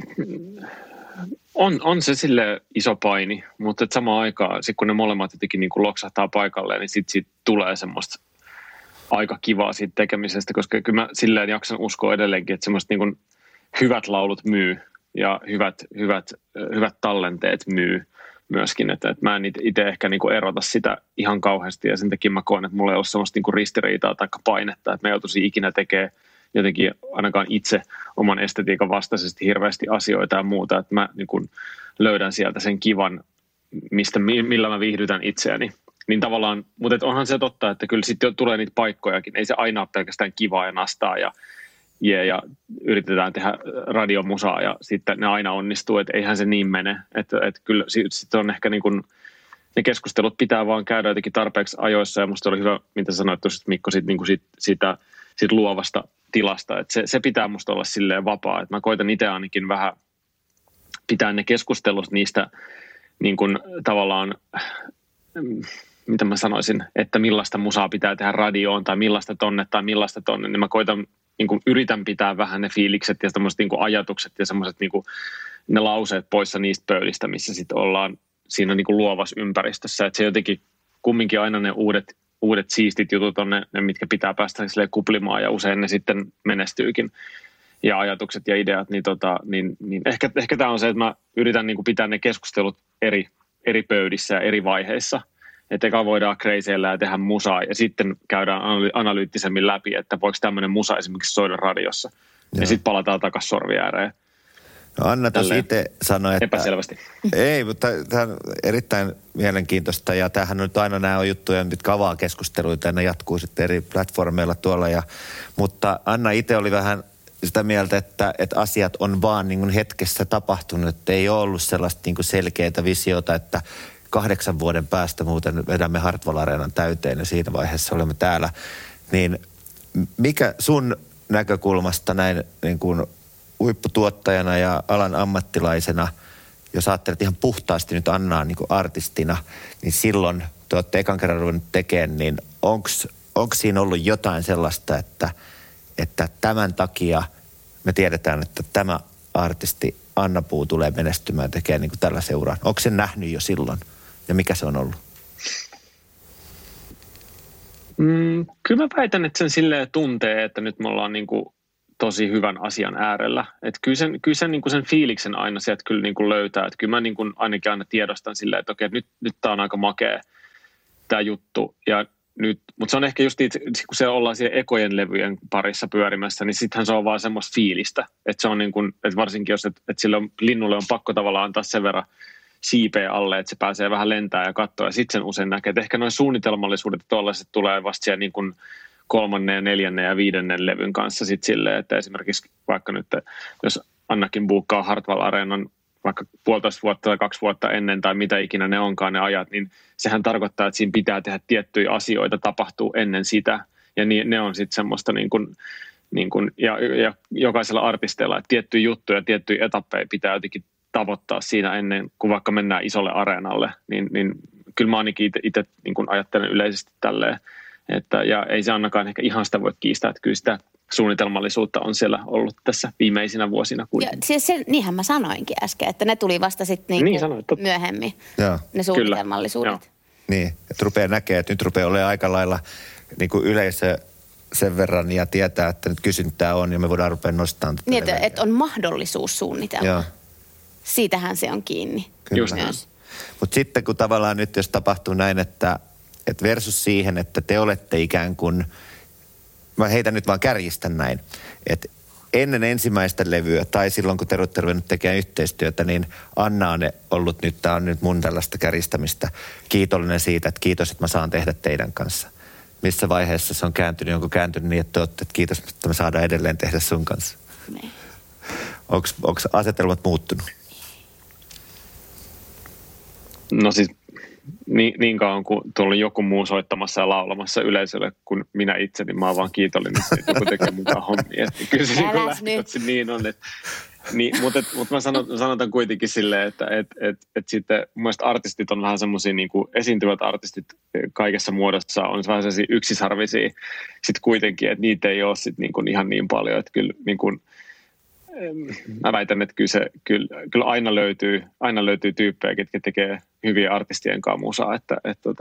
S3: On se sille iso paini, mutta samaan aikaan, sit kun ne molemmat jotenkin niin loksahtaa paikalleen, niin sitten tulee semmoista aika kivaa siitä tekemisestä, koska kyllä mä silleen jaksan uskoa edelleenkin, että semmoiset niin kuin hyvät laulut myy ja hyvät tallenteet myy myöskin, että mä en itse ehkä niin kuin erota sitä ihan kauheasti ja sen takia mä koen, että mulla ei ole semmoista niin kuin ristiriitaa tai painetta, että mä joutuisin ikinä tekemään jotenkin ainakaan itse oman estetiikan vastaisesti hirveästi asioita ja muuta, että mä niin kuin löydän sieltä sen kivan, millä mä viihdytän itseäni. Niin tavallaan, mutta onhan se totta, että kyllä sitten tulee niitä paikkojakin. Ei se aina ole pelkästään kivaa ja nastaa ja yritetään tehdä radiomusaa ja sitten ne aina onnistuu, että eihän se niin mene. Että kyllä sitten on ehkä niin kuin, ne keskustelut pitää vaan käydä jotenkin tarpeeksi ajoissa ja musta oli hyvä, mitä sanoit tuossa Mikko siitä luovasta tilasta. Että se pitää musta olla silleen vapaa. Että mä koitan itse ainakin vähän pitää ne keskustelut niistä niin kuin tavallaan mitä mä sanoisin, että millaista musaa pitää tehdä radioon tai millaista tonne, niin mä koitan, niin kuin yritän pitää vähän ne fiilikset ja semmoiset niin kuin ajatukset ja semmoiset niin kuin ne lauseet poissa niistä pöydistä, missä sitten ollaan siinä niin kuin luovassa ympäristössä, että se jotenkin kumminkin aina ne uudet siistit jutut on ne mitkä pitää päästä silleen kuplimaan ja usein ne sitten menestyykin ja ajatukset ja ideat, niin ehkä tämä on se, että mä yritän niin kuin pitää ne keskustelut eri pöydissä ja eri vaiheissa. Että eka voidaan kreiseillä ja tehdä musaa ja sitten käydään analyyttisemmin läpi, että voiko tämmöinen musa esimerkiksi soida radiossa. Ja sitten palataan takaisin sorvi ääreen.
S1: No Anna tuossa itse sanoi, että...
S3: Epäselvästi.
S1: Ei, mutta tämä on erittäin mielenkiintoista ja tämähän nyt aina nämä on juttuja, mitkä avaa keskusteluita ja ne jatkuu sitten eri platformeilla tuolla. Mutta Anna itse oli vähän sitä mieltä, että asiat on vaan niin kuin hetkessä tapahtunut, että ei ole ollut sellaista niin kuin selkeää visiota, että 8 vuoden päästä muuten vedämme Hartwall Areenan täyteen ja siinä vaiheessa olemme täällä. Niin mikä sun näkökulmasta näin niin kuin huipputuottajana ja alan ammattilaisena, jos ajattelet ihan puhtaasti nyt Annaa niin kuin artistina, niin silloin te olette ekan kerran ruvennut tekemään, niin onko siinä ollut jotain sellaista, että tämän takia me tiedetään, että tämä artisti Anna Puu tulee menestymään tekemään niin kuin tällaisen uran? Onko sen nähnyt jo silloin? Ja mikä se on ollut?
S3: Kyllä mä väitän, että sen silleen tuntee, että nyt me ollaan niin kuin tosi hyvän asian äärellä. Että kyllä sen, niin kuin sen fiiliksen aina sieltä kyllä niin kuin löytää. Että kyllä mä niin kuin ainakin aina tiedostan silleen, että okei, nyt tää on aika makea tämä juttu. Ja nyt, mutta se on ehkä just itse, kun se ollaan siellä ekojen levyjen parissa pyörimässä, niin sittenhän se on vaan semmoista fiilistä. Että se on niin kuin, että varsinkin jos, että sille linnulle on pakko tavallaan antaa sen verran siipeä alle, että se pääsee vähän lentää ja katsoa, ja sitten sen usein näkee. Että ehkä noin suunnitelmallisuudet tuollaiset tulee vasta siellä niin kuin 3., 4. ja 5. levyn kanssa sitten silleen, että esimerkiksi vaikka nyt, jos Annakin buukkaa Hartwall Areenan vaikka 1,5 vuotta tai 2 vuotta ennen tai mitä ikinä ne onkaan ne ajat, niin sehän tarkoittaa, että siinä pitää tehdä tiettyjä asioita, tapahtuu ennen sitä, ja ne on sitten semmoista niin kuin ja jokaisella artisteilla, että tiettyjä juttuja, tiettyjä etappeja pitää jotenkin tavoittaa siinä ennen kuin vaikka mennään isolle areenalle, niin kyllä mä ainakin itse niin kuin ajattelen yleisesti tälleen, että, ja ei se Annakaan ehkä ihan sitä voi kiistää, että kyllä sitä suunnitelmallisuutta on siellä ollut tässä viimeisinä vuosina kuitenkin.
S2: Siis niinhän mä sanoinkin äsken, että ne tuli vasta sitten myöhemmin, ne suunnitelmallisuudet.
S1: Kyllä. Niin, että rupeaa näkemään, että nyt rupeaa olemaan aika lailla niin kuin yleisö sen verran ja tietää, että nyt kysyntää on ja me voidaan rupea nostamaan tätä.
S2: Niin, että on mahdollisuus suunnitella. Joo. Siitähän se on kiinni.
S1: Kyllä. Mutta sitten kun tavallaan nyt jos tapahtuu näin, että versus siihen, että te olette ikään kuin, mä heitän nyt vaan kärjistän näin, että ennen ensimmäistä levyä tai silloin kun te olette ruvennut tekemään yhteistyötä, niin Anna on ollut nyt, tämä on nyt mun tällaista kärjistämistä, kiitollinen siitä, että kiitos, että mä saan tehdä teidän kanssa. Missä vaiheessa se on kääntynyt, onko kääntynyt niin, että olette, että kiitos, että me saadaan edelleen tehdä sun kanssa?
S2: Niin.
S1: Onko asetelmat muuttunut?
S3: No siis niin kauan kuin tuolla on joku muu soittamassa ja laulamassa yleisölle kuin minä itse, niin mä oon vaan kiitollinen, että joku tekee mukaan hommia. Että kyllä se niin on. Mutta mä sanotaan kuitenkin silleen, että sitten mun mielestä artistit on vähän semmoisia, niin kuin esiintyvät artistit kaikessa muodossa on vähän sellaisia yksisarvisia sitten kuitenkin, että niitä ei ole sitten niin kuin ihan niin paljon, että kyllä niin kuin mä väitän, että kyllä aina löytyy tyyppejä, ketkä tekee hyviä artistien kanssa musaa, että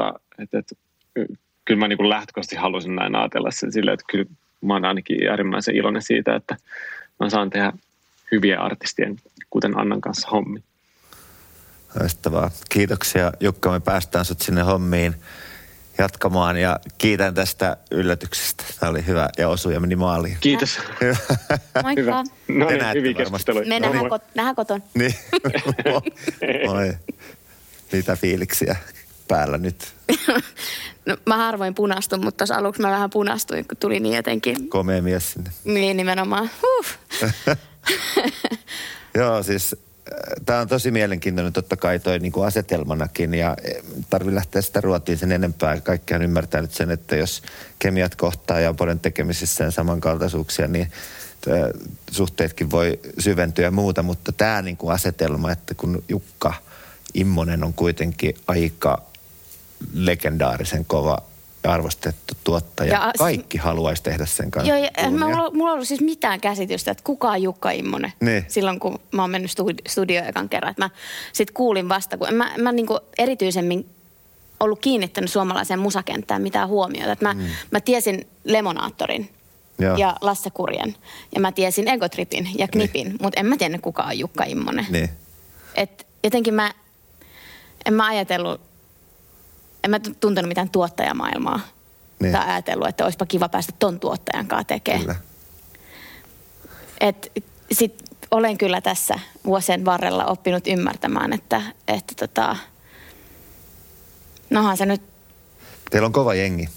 S3: kyllä mä niin kuin lähtökohtaisesti haluaisin näin ajatella sen silleen, että kyllä mä oon ainakin äärimmäisen iloinen siitä, että mä saan tehdä hyviä artistien, kuten Annan kanssa hommi.
S1: Loistavaa. Kiitoksia Jukka, me päästään sut sinne hommiin jatkamaan ja kiitän tästä yllätyksestä. Tämä oli hyvä ja osui ja meni maaliin.
S3: Kiitos.
S2: Moikka.
S3: Hyvä. No niin, hyviä keskusteluja.
S2: Me nähdään koton.
S1: Niin. Moi. Mitä fiiliksiä päällä nyt?
S2: No, mä harvoin punastun, mutta tuossa aluksi mä vähän punastuin, kun tuli niin jotenkin.
S1: Komea mies sinne.
S2: Niin, nimenomaan.
S1: Joo, siis tämä on tosi mielenkiintoinen totta kai toi niin kuin asetelmanakin ja tarvii lähteä sitä ruotiin sen enempää. Kaikkihan ymmärtää nyt sen, että jos kemiat kohtaa ja on paljon tekemisissä ja samankaltaisuuksia, niin suhteetkin voi syventyä ja muuta, mutta tämä niin kuin asetelma, että kun Jukka Immonen on kuitenkin aika legendaarisen kova ja arvostettu tuottaja. Ja kaikki haluaisi tehdä sen kanssa.
S2: Joo, ja mulla on ollut siis mitään käsitystä, että kuka on Jukka Immonen. Niin. Silloin, kun mä oon mennyt studioon ekan kerran. Että mä sit kuulin vasta, kun mä niinku erityisemmin ollut kiinnittänyt suomalaiseen musakenttään mitään huomiota. Että mä tiesin Lemonaattorin ja Lasse Kurjen. Ja mä tiesin Egotripin ja Knipin, mutta en mä tiennyt kuka on Jukka Immonen.
S1: Niin.
S2: Et jotenkin en mä ajatellut, en mä tuntenut mitään tuottajamaailmaa. Niin. Tai ajatellut, että olisipa kiva päästä ton tuottajan kanssa tekemään.
S1: Kyllä.
S2: Sit olen kyllä tässä vuosien varrella oppinut ymmärtämään, että nohan se nyt...
S1: Teillä on kova jengi.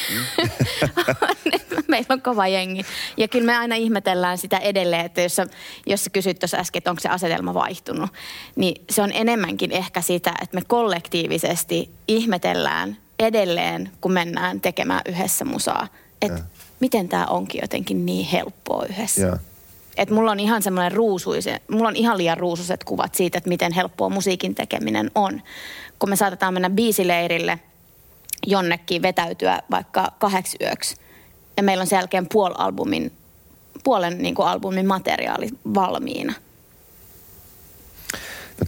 S2: Meillä on kova jengi. Ja kyllä me aina ihmetellään sitä edelleen, että jos sä kysyt tuossa äsken, että onko se asetelma vaihtunut, niin se on enemmänkin ehkä sitä, että me kollektiivisesti ihmetellään edelleen, kun mennään tekemään yhdessä musaa. Että miten tämä onkin jotenkin niin helppoa yhdessä. Ja. Että mulla on ihan semmoinen mulla on ihan liian ruusuiset kuvat siitä, että miten helppoa musiikin tekeminen on. Kun me saatetaan mennä biisileirille jonnekin vetäytyä vaikka 8 yöksi. Ja meillä on sen jälkeen puolen niin kuin albumin materiaali valmiina.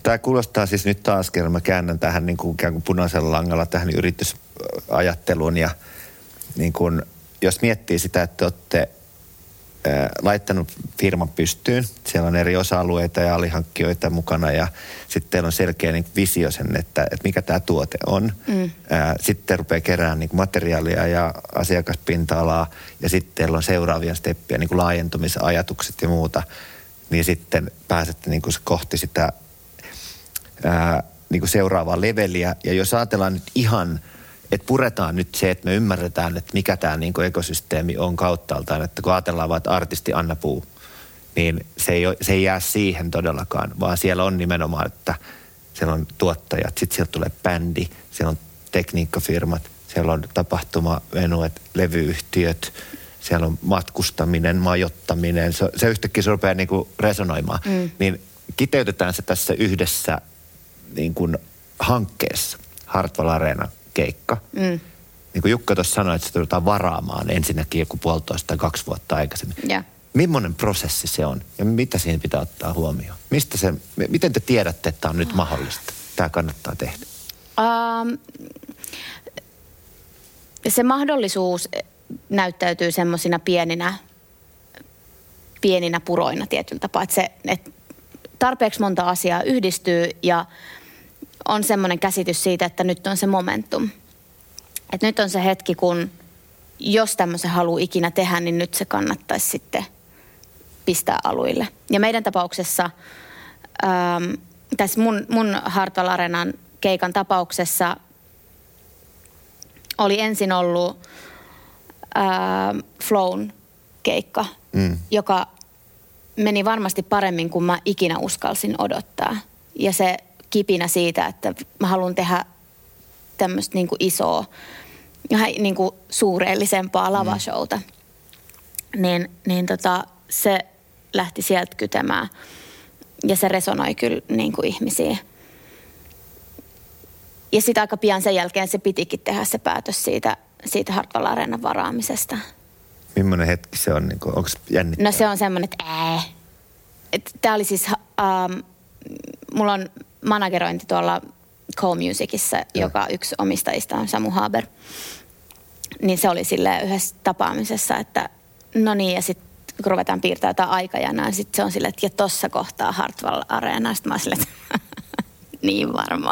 S1: Tämä kuulostaa siis nyt taas kerran, mä käännän tähän niin kuin ikään kuin punaisella langalla tähän yritysajatteluun ja niin kuin, jos miettii sitä, että olette laittanut firman pystyyn, siellä on eri osa-alueita ja alihankkijoita mukana ja sitten teillä on selkeä niin visio sen, että mikä tämä tuote on. Sitten rupeaa keräämään niin materiaalia ja asiakaspinta-alaa ja sitten teillä on seuraavia steppejä, niin laajentumisajatukset ja muuta, niin sitten pääsette niin kohti sitä niin seuraavaa leveliä. Ja jos ajatellaan nyt ihan, että puretaan nyt se, että me ymmärretään, että mikä tämä niin ekosysteemi on kauttaaltaan, että kun ajatellaan vain, että artisti Anna Puu, niin se ei jää siihen todellakaan, vaan siellä on nimenomaan, että siellä on tuottajat, sitten sieltä tulee bändi, siellä on tekniikkafirmat, siellä on tapahtumavenuet, levyyhtiöt, siellä on matkustaminen, majoittaminen, se yhtäkkiä se rupeaa niin kuin resonoimaan. Niin kiteytetään se tässä yhdessä niin kuin hankkeessa, Hartwall Arena keikka. Niin kuin Jukka tuossa sanoi, että se tullaan varaamaan ensinnäkin joku 1,5 tai 2 vuotta aikaisemmin.
S2: Yeah.
S1: Millainen prosessi se on ja mitä siinä pitää ottaa huomioon? Miten te tiedätte, että tämä on nyt mahdollista? Tämä kannattaa tehdä.
S2: Se mahdollisuus näyttäytyy semmoisina pieninä puroina tietyllä tapaa, että tarpeeksi monta asiaa yhdistyy ja on semmoinen käsitys siitä, että nyt on se momentum. Että nyt on se hetki, kun jos tämmöisen haluaa ikinä tehdä, niin nyt se kannattaisi sitten pistää aluille. Ja meidän tapauksessa, tässä mun Hartwall Arenan keikan tapauksessa oli ensin ollut Flown keikka, joka meni varmasti paremmin kuin mä ikinä uskalsin odottaa. Ja se kipinä siitä, että mä haluan tehdä tämmöistä niinku isoa, niinku suureellisempaa lavashowta. Niin se lähti sieltä kytemään. Ja se resonoi kyllä niinku ihmisiä. Ja sitten aika pian sen jälkeen se pitikin tehdä se päätös siitä Hartwall Arenan varaamisesta.
S1: Millainen hetki se on? Niin onko se jännittävää?
S2: No se on semmoinen, että tämä oli siis, mulla on managerointi tuolla Co-Musicissa, joka yksi omistajista on Samu Haber. Niin se oli silleen yhdessä tapaamisessa, että no niin, ja sitten kun ruvetaan piirtämään jotain aikajanaa, sitten se on silleen, että ja tossa kohtaa Hartwall Arena. Sitten mä oon silleen, että niin varmaan.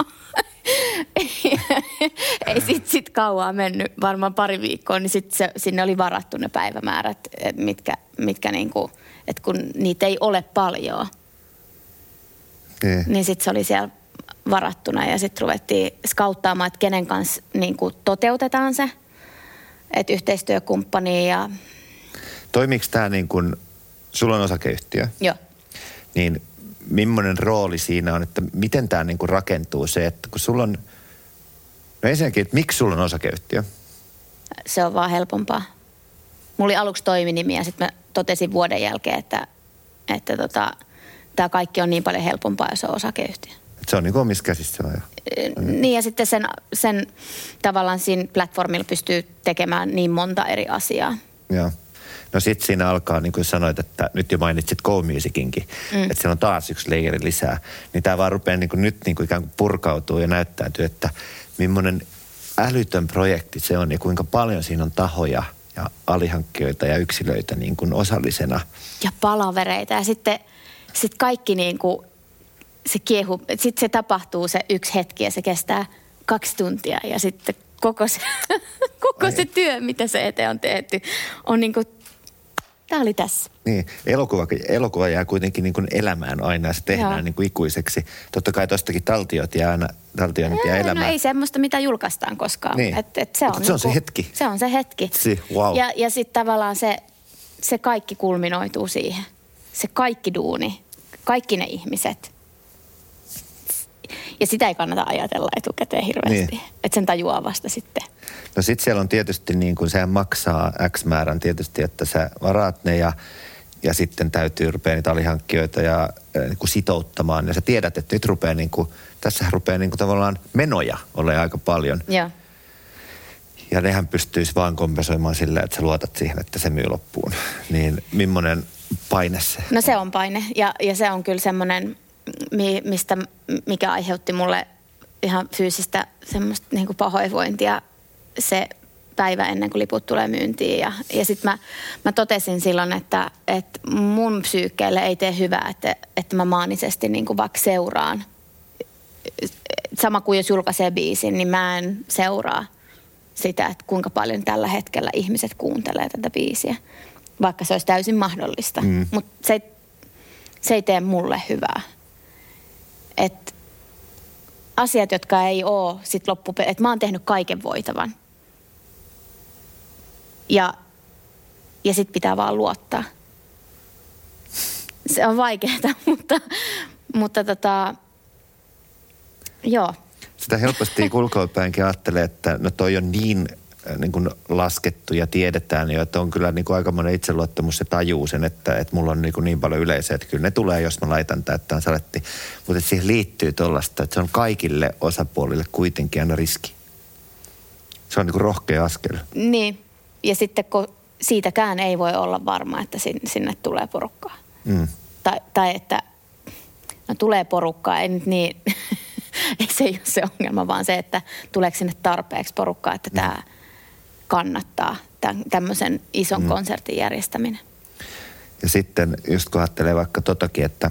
S2: Ei sit kauaa mennyt, varmaan 2 viikkoa, niin sitten sinne oli varattu ne päivämäärät, mitkä niinku, että kun niitä ei ole paljon, niin sitten se oli siellä varattuna ja sitten ruvettiin skauttaamaan, että kenen kanssa niinku toteutetaan se, että yhteistyökumppani ja...
S1: Toimiiko tämä niin kuin, sulla on osakeyhtiö?
S2: Joo.
S1: Niin millainen rooli siinä on, että miten tämä niin kuin rakentuu se, että kun sulla on, no ensinnäkin, että miksi sulla on osakeyhtiö?
S2: Se on vaan helpompaa. Mulla oli aluksi toiminimi ja sitten mä totesin vuoden jälkeen, että tämä kaikki on niin paljon helpompaa, jos on osakeyhtiö.
S1: Se on niin kuin omissa käsissä jo.
S2: Niin ja sitten sen tavallaan siinä platformilla pystyy tekemään niin monta eri asiaa.
S1: Joo. No sitten siinä alkaa, niin kuin sanoit, että nyt jo mainitsit Co-Musicinkin, että siellä on taas yksi leijeri lisää. Niin tämä vaan rupeaa niin kuin nyt niin kuin ikään kuin purkautuu ja näyttäytyy, että millainen älytön projekti se on ja kuinka paljon siinä on tahoja ja alihankkijoita ja yksilöitä niin kuin osallisena. Ja
S2: palavereita ja sitten kaikki niin kuin se kiehuu, sitten se tapahtuu se yksi hetki ja se kestää 2 tuntia ja sitten koko se työ, mitä se eteen on tehty, on niin kuin, tämä oli tässä.
S1: Niin, elokuva jää kuitenkin niin kuin elämään aina ja se tehdään niin kuin ikuiseksi. Totta kai tostakin taltioit jää elämään.
S2: No ei semmoista, mitä julkaistaan koskaan.
S1: Niin.
S2: Se on
S1: se hetki.
S2: Se on se hetki.
S1: Wow.
S2: Ja sitten tavallaan se kaikki kulminoituu siihen. Se kaikki duuni, kaikki ne ihmiset. Ja sitä ei kannata ajatella etukäteen hirveästi. Niin. Että sen tajuaa vasta sitten.
S1: No sit siellä on tietysti niin kuin sehän maksaa X määrän tietysti, että sä varaat ne ja sitten täytyy rupea niitä alihankkijoita ja niin kuin sitouttamaan. Ja sä tiedät, että nyt rupeaa niin kuin, tässähän rupeaa niin kuin tavallaan menoja olemaan aika paljon.
S2: Joo.
S1: Ja nehän pystyisi vaan kompensoimaan sillä, että sä luotat siihen, että se myy loppuun. Niin millainen paine se?
S2: No se on paine ja se on kyllä semmoinen mikä aiheutti mulle ihan fyysistä semmoista niin kuin pahoinvointia se päivä ennen kuin liput tulee myyntiin. Ja sitten mä totesin silloin, että mun psyykkeelle ei tee hyvää, että mä maanisesti niin kuin vaikka seuraan. Sama kuin jos julkaisee biisin, niin mä en seuraa sitä, että kuinka paljon tällä hetkellä ihmiset kuuntelee tätä biisiä. Vaikka se olisi täysin mahdollista. Mutta se ei tee mulle hyvää. Et asiat, jotka ei ole sit loppupeleissä, että mä oon tehnyt kaiken voitavan. Ja sit pitää vaan luottaa. Se on vaikeaa, mutta joo.
S1: Sitä helposti kulkoipäinkin ajattelee, että no toi on niin kuin laskettu ja tiedetään jo, että on kyllä niin kuin aikamoinen itseluottamus ja tajuu sen, että mulla on niin paljon yleisöä, että kyllä ne tulee, jos mä laitan tämän saletti. Mutta siihen liittyy tuollaista, että se on kaikille osapuolille kuitenkin aina riski. Se on niin kuin rohkea askel. Niin,
S2: ja sitten kun siitäkään ei voi olla varma, että sinne tulee porukkaa. Tai että no tulee porukkaa, ei nyt niin, ei se ole se ongelma, vaan se, että tuleeko sinne tarpeeksi porukkaa, että tämä kannattaa tämmöisen ison konsertin järjestäminen.
S1: Ja sitten just kun ajattelee vaikka totakin, että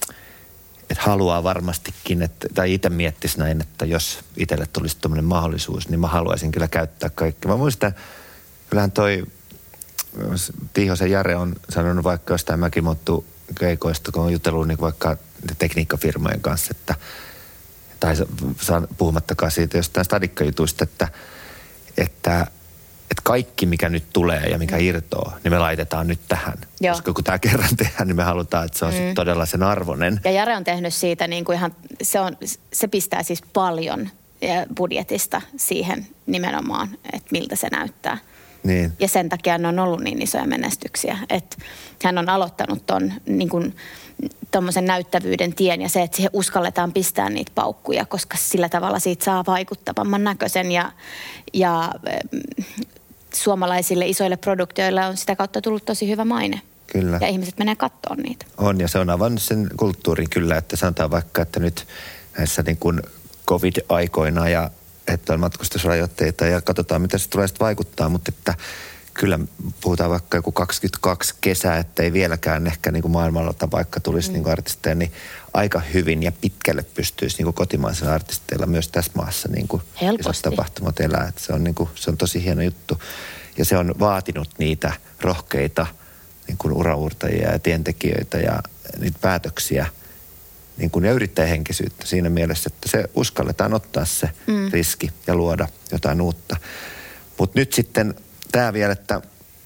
S1: haluaa varmastikin, tai itse miettisi näin, että jos itselle tulisi tämmöinen mahdollisuus, niin mä haluaisin kyllä käyttää kaikki. Mä muistan, kyllähän toi Tiihosen Jare on sanonut vaikka jostain Mäkimoottu keikoista, kun on jutellut niin vaikka tekniikkafirmojen kanssa, tai puhumattakaan siitä jostain stadikkajutuista, että kaikki, mikä nyt tulee ja mikä irtoaa, niin me laitetaan nyt tähän. Joo. Koska kun tämä kerran tehdään, niin me halutaan, että se on todella sen arvoinen.
S2: Ja Jare on tehnyt siitä niin kuin ihan, se pistää siis paljon budjetista siihen nimenomaan, että miltä se näyttää.
S1: Niin.
S2: Ja sen takia ne on ollut niin isoja menestyksiä, että hän on aloittanut ton niin kuin tommosen näyttävyyden tien ja se, että siihen uskalletaan pistää niitä paukkuja, koska sillä tavalla siitä saa vaikuttavamman näköisen ja suomalaisille isoille produktioille on sitä kautta tullut tosi hyvä maine.
S1: Kyllä.
S2: Ja ihmiset menee katsomaan niitä.
S1: On, ja se on avannut sen kulttuurin kyllä, että sanotaan vaikka, että nyt näissä niin kuin COVID-aikoina ja että on matkustusrajoitteita ja katsotaan, miten se tulee sitten vaikuttaa, mutta että kyllä puhutaan vaikka joku 22 kesää, että ei vieläkään ehkä niin kuin maailmalla vaikka tulisi niin kuin artisteja, niin aika hyvin ja pitkälle pystyisi niin kuin kotimaisilla artisteilla myös tässä maassa niin kuin isot tapahtumat elää. Että se on, niin kuin, se on tosi hieno juttu ja se on vaatinut niitä rohkeita niin kuin uraurtajia ja tientekijöitä ja niitä päätöksiä niin kuin ja yrittäjähenkisyyttä siinä mielessä, että se uskalletaan ottaa se riski ja luoda jotain uutta. Mutta nyt sitten tämä vielä, että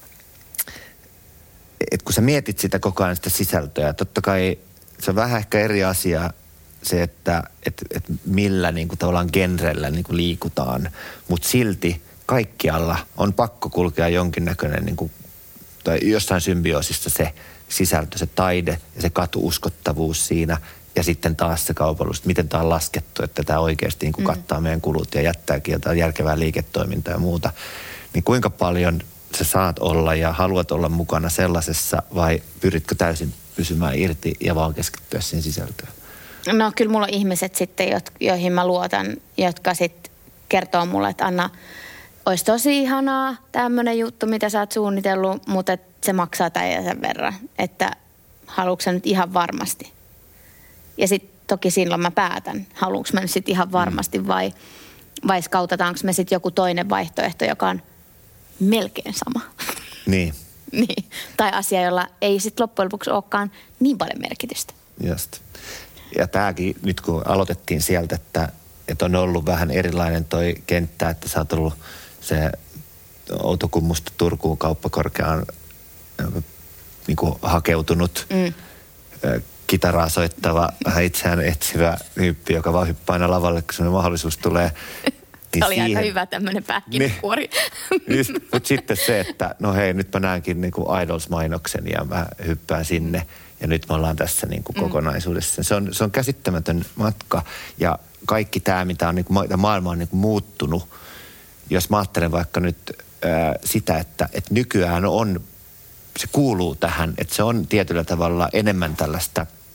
S1: kun sä mietit sitä koko ajan sitä sisältöä, totta kai se on vähän ehkä eri asia se, että millä niin kuin tavallaan genrellä niin kuin liikutaan, mutta silti kaikkialla on pakko kulkea jonkinnäköinen niin kuin, tai jossain symbioosissa se sisältö, se taide ja se katuuskottavuus siinä ja sitten taas se kaupallisuus, miten tämä on laskettu, että tämä oikeasti niin kuin kattaa meidän kulut ja jättääkin jotain järkevää liiketoimintaa ja muuta. Niin kuinka paljon sä saat olla ja haluat olla mukana sellaisessa vai pyritkö täysin pysymään irti ja vaan keskittyä siihen sisältöön?
S2: No kyllä mulla on ihmiset sitten, joihin mä luotan, jotka sitten kertoo mulle, että Anna, olisi tosi ihanaa tämmöinen juttu, mitä sä oot suunnitellut, mutta se maksaa tämän ja sen verran, että haluatko sä nyt ihan varmasti? Ja sitten toki silloin mä päätän, haluanko mä nyt sitten ihan varmasti vai skautataanko me sitten joku toinen vaihtoehto, joka on melkein sama.
S1: Niin.
S2: Niin. Tai asia, jolla ei sitten loppujen lopuksi olekaan niin paljon merkitystä.
S1: Just. Ja tämäkin nyt kun aloitettiin sieltä, että on ollut vähän erilainen toi kenttä, että sä oot ollut se Outokummusta Turkuun kauppakorkeaan niin kuin hakeutunut kitaraa soittava, vähän itseään etsivä tyyppi, joka vaan hyppää aina lavalle, kun sellainen mahdollisuus tulee.
S2: Tämä oli aika hyvä tämmöinen pähkinäkuori.
S1: Niin, mutta sitten se, että no hei, nyt mä näenkin niin kuin Idols-mainoksen ja mä hyppään sinne ja nyt me ollaan tässä niin kuin kokonaisuudessa. Se on käsittämätön matka ja kaikki tämä, mitä on niin kuin, maailma on niin kuin muuttunut, jos mä ajattelen vaikka nyt sitä, että nykyään se kuuluu tähän, että se on tietyllä tavalla enemmän tällaista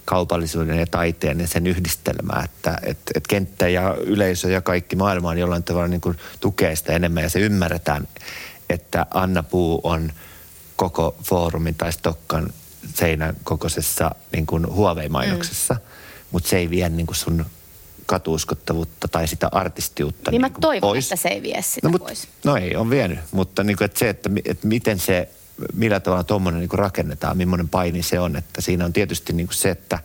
S1: kaupallisuuden ja taiteen ja sen yhdistelmää, että kenttä ja yleisö ja kaikki maailma on jollain tavalla niin kuin tukee sitä enemmän ja se ymmärretään, että Anna Puu on koko foorumin tai Stokkan seinän kokoisessa niin kuin Huawei-mainoksessa, mutta se ei vie niin kuin sun katuuskottavuutta tai sitä artistiutta
S2: niin
S1: niin
S2: mä toivon,
S1: pois.
S2: että se ei vie sitä pois.
S1: No ei, on vienyt, mutta niin kuin, että se, että miten se, millä tavalla tuommoinen niin kuin rakennetaan, millainen paini se on, että siinä on tietysti niin kuin se, että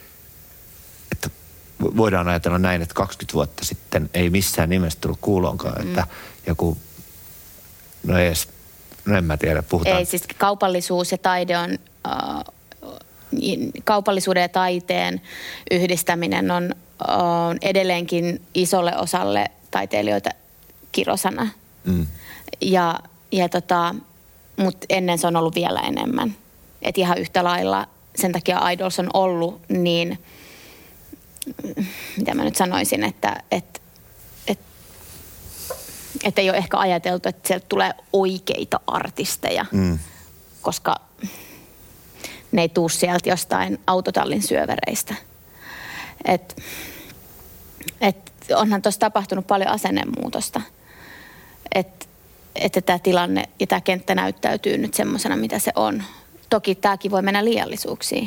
S1: voidaan ajatella näin, että 20 vuotta sitten ei missään nimessä tullut kuuloonkaan, että joku, en mä tiedä, puhutaan.
S2: Ei, siis kaupallisuus ja taide on, kaupallisuuden ja taiteen yhdistäminen on edelleenkin isolle osalle taiteilijoita kirosana. Mutta ennen se on ollut vielä enemmän. Et ihan yhtä lailla sen takia Idols on ollut niin, mitä mä nyt sanoisin, että ei ole ehkä ajateltu, että sieltä tulee oikeita artisteja, koska ne ei tuu sieltä jostain autotallin syövereistä. Onhan tuossa tapahtunut paljon asennemuutosta, että tämä tilanne ja tämä kenttä näyttäytyy nyt semmoisena, mitä se on. Toki tämäkin voi mennä liiallisuuksiin.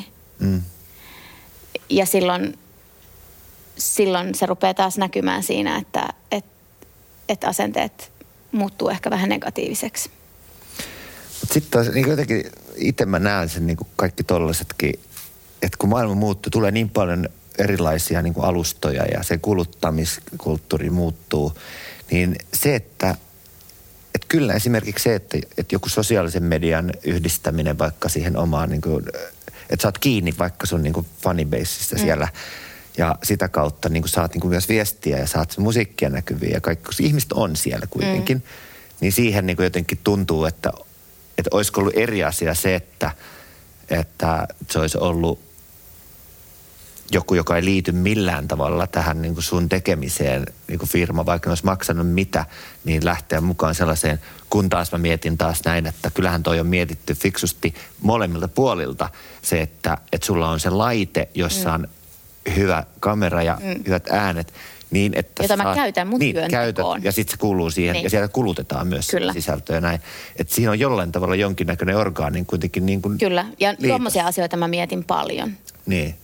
S2: Ja silloin se rupeaa taas näkymään siinä, että asenteet muuttuu ehkä vähän negatiiviseksi.
S1: Mutta sitten taas niin jotenkin itse mä näen sen niin kuin kaikki tollaisetkin, että kun maailma muuttuu, tulee niin paljon erilaisia niin kuin alustoja ja se kuluttamiskulttuuri muuttuu, niin se, että kyllä esimerkiksi se, että joku sosiaalisen median yhdistäminen vaikka siihen omaan, niin kuin, että sä oot kiinni vaikka sun niin kuin fanibaseista siellä ja sitä kautta niin kuin saat niin kuin myös viestiä ja saat musiikkia näkyviä ja kaikki, koska ihmiset on siellä kuitenkin, niin siihen niin kuin jotenkin tuntuu, että olisiko ollut eri asia se, että se olisi ollut joku, joka ei liity millään tavalla tähän niin kuin sun tekemiseen, niin kuin firma, vaikka ne olisi maksanut mitä, niin lähteä mukaan sellaiseen, kun taas mä mietin taas näin, että kyllähän toi on mietitty fiksusti molemmilta puolilta se, että sulla on se laite, jossa on hyvä kamera ja hyvät äänet, niin että
S2: jota mä käytän mun työntekoon.
S1: Ja sitten se kuuluu siihen, ja siellä kulutetaan myös sisältöä näin. Että siinä on jollain tavalla jonkinnäköinen orgaani kuitenkin niin kuin
S2: kyllä, ja tuommoisia asioita mä mietin paljon.
S1: Niin.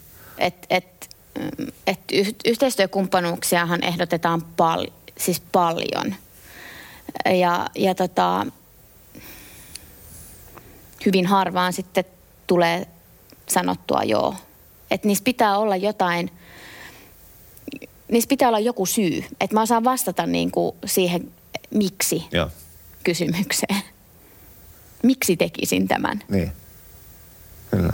S2: Yhteistyökumppanuuksiahan ehdotetaan paljon. Hyvin harvaan sitten tulee sanottua joo. Että niissä pitää olla jotain, niissä pitää olla joku syy. Että mä osaan vastata niinku siihen miksi kysymykseen. Miksi tekisin tämän?
S1: Niin, kyllä.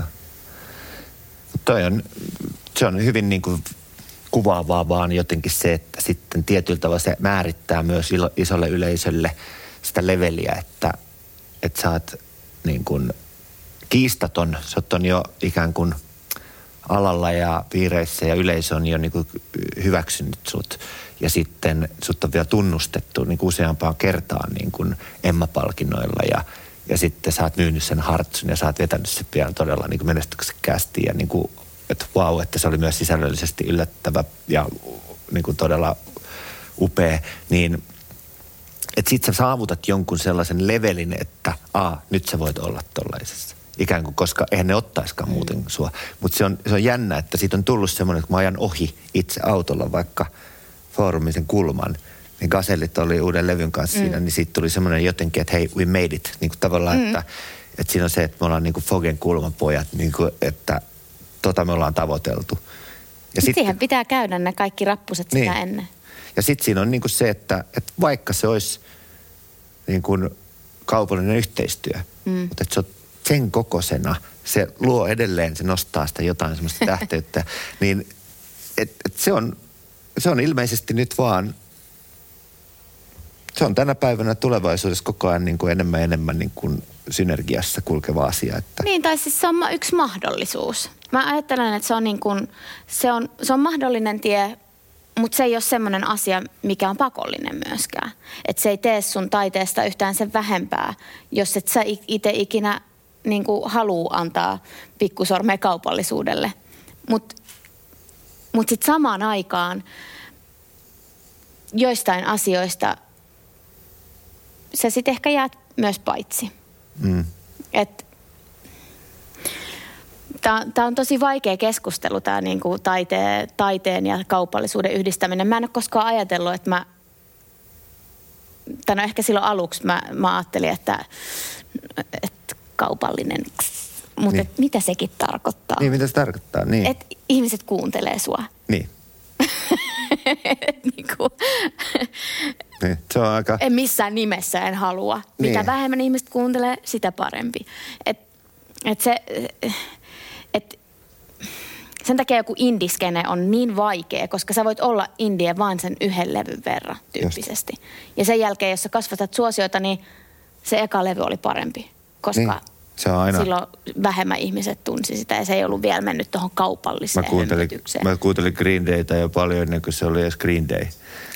S1: Se on hyvin niin kuin kuvaavaa vaan jotenkin se, että sitten tietyllä tavalla se määrittää myös isolle yleisölle sitä leveliä, että sä oot niin kuin kiistaton, sä oot jo ikään kuin alalla ja piireissä ja yleisö on jo niin kuin hyväksynyt sut. Ja sitten sut on vielä tunnustettu niin kuin useampaan kertaan niin kuin Emma-palkinnoilla ja sitten sä oot myynyt sen hartsun ja sä oot vetänyt sen vielä todella niin kuin menestyksekkäästi ja niin kuin, että vau, että se oli myös sisällöllisesti yllättävä ja niin kuin todella upea, niin että sit sä saavutat jonkun sellaisen levelin, että nyt sä voit olla tollaisessa. Ikään kuin, koska eihän ne ottaiskaan muuten sua. Mutta se on jännä, että siitä on tullut semmoinen, että kun mä ajan ohi itse autolla vaikka foorumisen kulman, niin Gazellit oli uuden levyn kanssa siinä, niin siitä tuli semmoinen jotenkin, että hei, we made it. Niin kuin tavallaan, että siinä on se, että me ollaan niin kuin Fogen kulmapojat, niin kuin, että me ollaan tavoiteltu. Ja
S2: siihen pitää käydä ne kaikki rappuset sitä ennen.
S1: Ja sitten siinä on niin kuin se, että vaikka se olisi niin kuin kaupallinen yhteistyö, mutta että se on sen kokoisena, se luo edelleen, se nostaa sitä jotain semmoista tähteyttä, niin se on ilmeisesti nyt vaan, se on tänä päivänä tulevaisuudessa koko ajan niin kuin enemmän niin kuin synergiassa kulkeva asia. Että.
S2: Niin, tai siis se on yksi mahdollisuus. Mä ajattelen, että se on niin kuin, se on mahdollinen tie, mutta se ei ole semmoinen asia, mikä on pakollinen myöskään. Että se ei tee sun taiteesta yhtään sen vähempää, jos et sä itse ikinä niin kuin haluu antaa pikkusormea kaupallisuudelle. Mutta sitten samaan aikaan joistain asioista sä sitten ehkä jäät myös paitsi. Tämä on tosi vaikea keskustelu, tämä niinku taiteen ja kaupallisuuden yhdistäminen. Mä en ole koskaan ajatellut, että ehkä silloin aluksi mä ajattelin, että kaupallinen, mutta niin. Mitä sekin tarkoittaa?
S1: Niin, mitä se tarkoittaa, niin.
S2: Että ihmiset kuuntelee sua.
S1: Niin. Niin, se on aika...
S2: En missään nimessä en halua.
S1: Niin.
S2: Mitä vähemmän ihmiset kuuntelee, sitä parempi. Sen takia joku indiskene on niin vaikea, koska sä voit olla indie vaan sen yhden levyn verran tyyppisesti. Just. Ja sen jälkeen, jos sä kasvatat suosiota, niin se eka levy oli parempi, koska
S1: niin. Se on aina...
S2: silloin vähemmän ihmiset tunsi sitä ja se ei ollut vielä mennyt tuohon kaupalliseen hömpötykseen.
S1: Mä kuuntelin Green Daytä jo paljon ennen kuin se oli edes Green Day.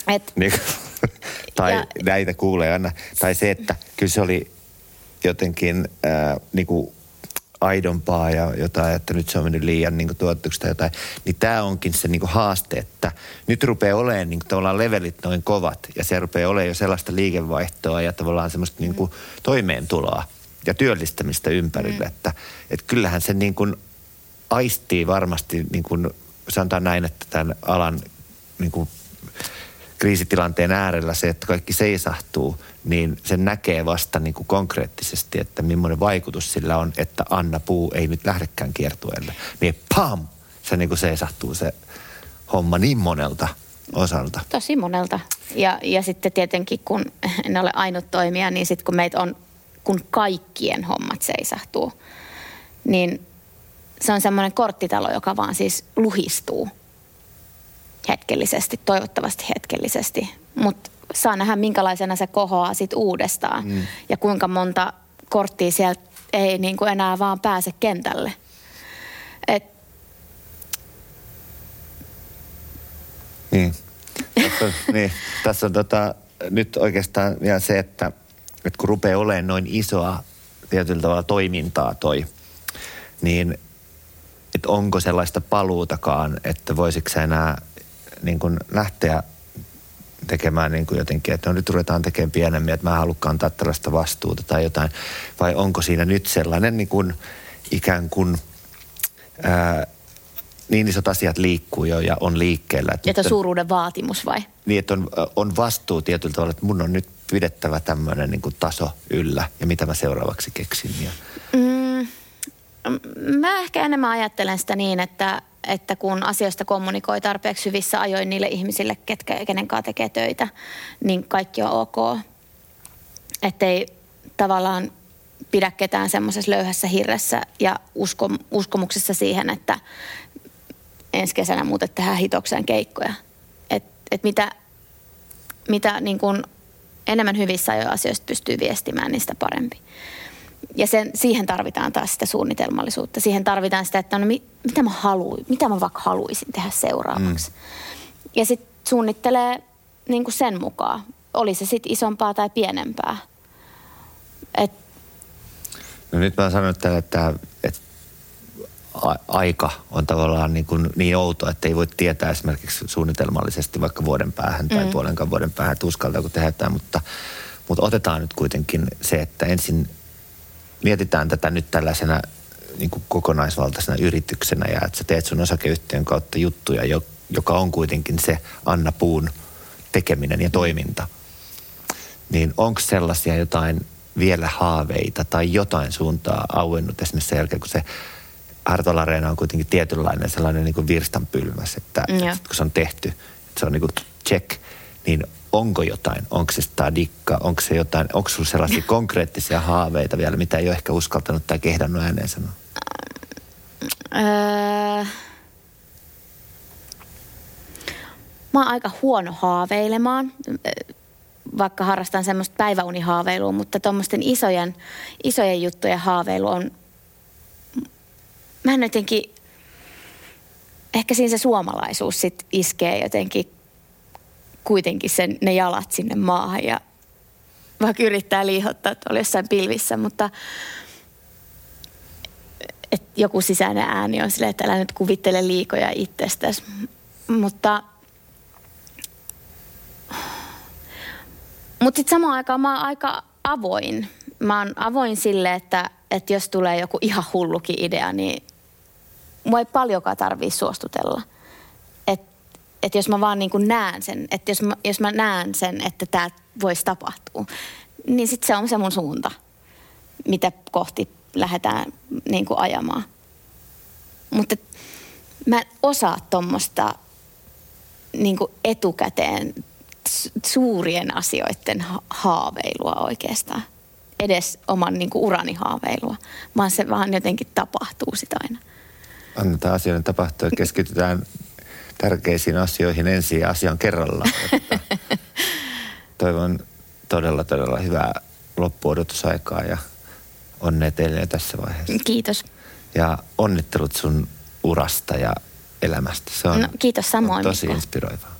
S1: Tai näitä kuulee aina. Tai se, että kyllä se oli jotenkin niinku aidompaa ja jotain, että nyt se on mennyt liian niin tuotetuksi tai jotain. Niin tämä onkin se niin haaste, että nyt rupeaa olemaan niin tavallaan levelit noin kovat ja se rupeaa olemaan jo sellaista liikevaihtoa ja tavallaan semmoista niin toimeentuloa ja työllistämistä ympärille. Että kyllähän se niin kuin aistii varmasti, niin kuin sanotaan näin, että tämän alan niin kuin kriisitilanteen äärellä se, että kaikki seisahtuu, niin sen näkee vasta niin kuin konkreettisesti, että millainen vaikutus sillä on, että Anna Puu ei nyt lähdekään kiertueelle. Niin pam! Se niin kuin seisahtuu se homma niin monelta osalta.
S2: Tosi monelta. Ja sitten tietenkin, kun en ole ainut toimija, niin sitten kun meitä on, kun kaikkien hommat seisahtuu, niin se on semmoinen korttitalo, joka vaan siis luhistuu hetkellisesti, toivottavasti hetkellisesti. Mutta saa nähdä, minkälaisena se kohoaa sitten uudestaan. Ja kuinka monta korttia sieltä ei niin kuin enää vaan pääse kentälle.
S1: Tässä on nyt oikeastaan vielä se, että kun rupeaa olemaan noin isoa tietyllä tavalla toimintaa niin että onko sellaista paluutakaan, että voisitko sä enää niin kuin lähteä tekemään niin kuin jotenkin, että nyt ruvetaan tekemään pienemmin, että mä en halukkaan antaa tällaista vastuuta tai jotain. Vai onko siinä nyt sellainen niin kuin ikään kuin niin isot asiat liikkuu jo ja on liikkeellä.
S2: Että suuruuden vaatimus vai?
S1: Niin, että on vastuu tietyllä tavalla, että mun on nyt pidettävä tämmöinen niin kuin taso yllä ja mitä mä seuraavaksi keksin.
S2: Mä ehkä enemmän ajattelen sitä niin, että kun asioista kommunikoi tarpeeksi hyvissä ajoin niille ihmisille, kenen kanssa tekee töitä, niin kaikki on ok. Ettei tavallaan pidä ketään semmoisessa löyhässä hirressä ja uskomuksessa siihen, että ensi kesänä muuten tehdään hitokseen keikkoja. Mitä niin kuin enemmän hyvissä ajoin asioista pystyy viestimään, niin sitä parempi. Ja siihen tarvitaan taas sitä suunnitelmallisuutta. Siihen tarvitaan sitä, että mitä mä vaikka haluaisin tehdä seuraavaksi. Ja sitten suunnittelee niin kuin sen mukaan. Oli se sitten isompaa tai pienempää.
S1: No nyt mä sanon tällä, että aika on tavallaan niin outo, että ei voi tietää esimerkiksi suunnitelmallisesti vaikka vuoden päähän tai puolenkaan vuoden päähän, että uskaltaako tehdä jotain, mutta otetaan nyt kuitenkin se, että ensin mietitään tätä nyt tällaisena niin kuin kokonaisvaltaisena yrityksenä ja että sä teet sun osakeyhtiön kautta juttuja, joka on kuitenkin se Anna Puun tekeminen ja toiminta. Niin onko sellaisia jotain vielä haaveita tai jotain suuntaa auennut esimerkiksi sen jälkeen, kun se Hartwall Areena on kuitenkin tietynlainen sellainen niin kuin virstanpylväs, että kun se on tehty, että se on niin kuin check, niin onko jotain? Onko se stadikka? Onko se jotain? Onko sinulla sellaisia konkreettisia haaveita vielä, mitä ei ole ehkä uskaltanut tai kehdannut ääneen sanoa?
S2: Mä oon aika huono haaveilemaan, vaikka harrastan semmoista päiväunihaaveilua, mutta tuommoisten isojen juttujen haaveilu on... Mä en jotenkin... Ehkä siinä se suomalaisuus sit iskee jotenkin kuitenkin ne jalat sinne maahan ja vaikka yrittää liihottaa tuolla jossain pilvissä, mutta joku sisäinen ääni on silleen, että älä nyt kuvittele liikoja itsestäsi. Mutta sitten samaan aikaan mä oon aika avoin. Mä oon avoin sille, että jos tulee joku ihan hullukin idea, niin mua ei paljonkaan tarvitse suostutella. Että jos mä vaan niin kuin näen sen, että jos mä näen sen, että tämä voisi tapahtua, niin sitten se on se mun suunta, mitä kohti lähdetään niin kuin ajamaan. Mutta mä en osaa tuommoista niin kuin etukäteen suurien asioiden haaveilua oikeastaan. Edes oman niin kuin urani haaveilua, vaan se vaan jotenkin tapahtuu sitä aina.
S1: Annetaan asioiden tapahtua ja keskitytään tärkeisiin asioihin ensin ja asian kerrallaan. Toivon todella, todella hyvää loppuodotusaikaa ja onnea teille jo tässä vaiheessa.
S2: Kiitos.
S1: Ja onnittelut sun urasta ja elämästä. Se on,
S2: kiitos samoin.
S1: On tosi inspiroivaa.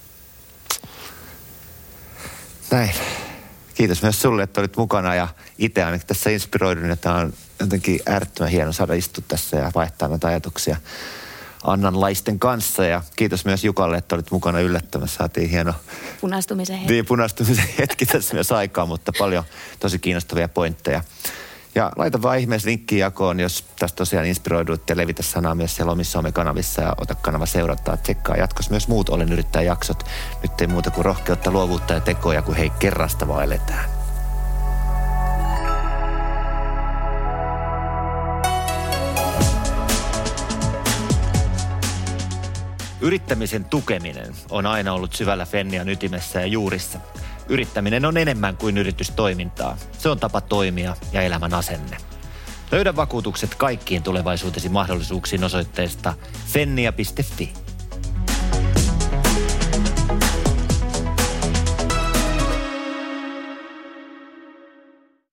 S1: Näin. Kiitos myös sulle, että olit mukana ja itse ainakin tässä inspiroidun, ja tämä on jotenkin äärettömän hieno saada istua tässä ja vaihtaa näitä ajatuksia Annanlaisten kanssa. Ja kiitos myös Jukalle, että olit mukana yllättämässä. Saatiin hieno
S2: punastumisen hetki.
S1: Niin, punastumisen hetki tässä myös aikaa, mutta paljon tosi kiinnostavia pointteja. Ja laita vaan ihmeessä linkkiä jakoon, jos tästä tosiaan inspiroidut, ja levitä sanaa myös siellä omissa somekanavissa ja ota kanava seurattaa. Tsekkaa jatkossa myös muut Olen yrittäjä -jaksot. Nyt ei muuta kuin rohkeutta, luovuutta ja tekoja, kun hei, kerrasta vaan eletään. Yrittämisen tukeminen on aina ollut syvällä Fennian ytimessä ja juurissa. Yrittäminen on enemmän kuin yritystoimintaa. Se on tapa toimia ja elämän asenne. Löydä vakuutukset kaikkiin tulevaisuutesi mahdollisuuksiin osoitteesta fennia.fi.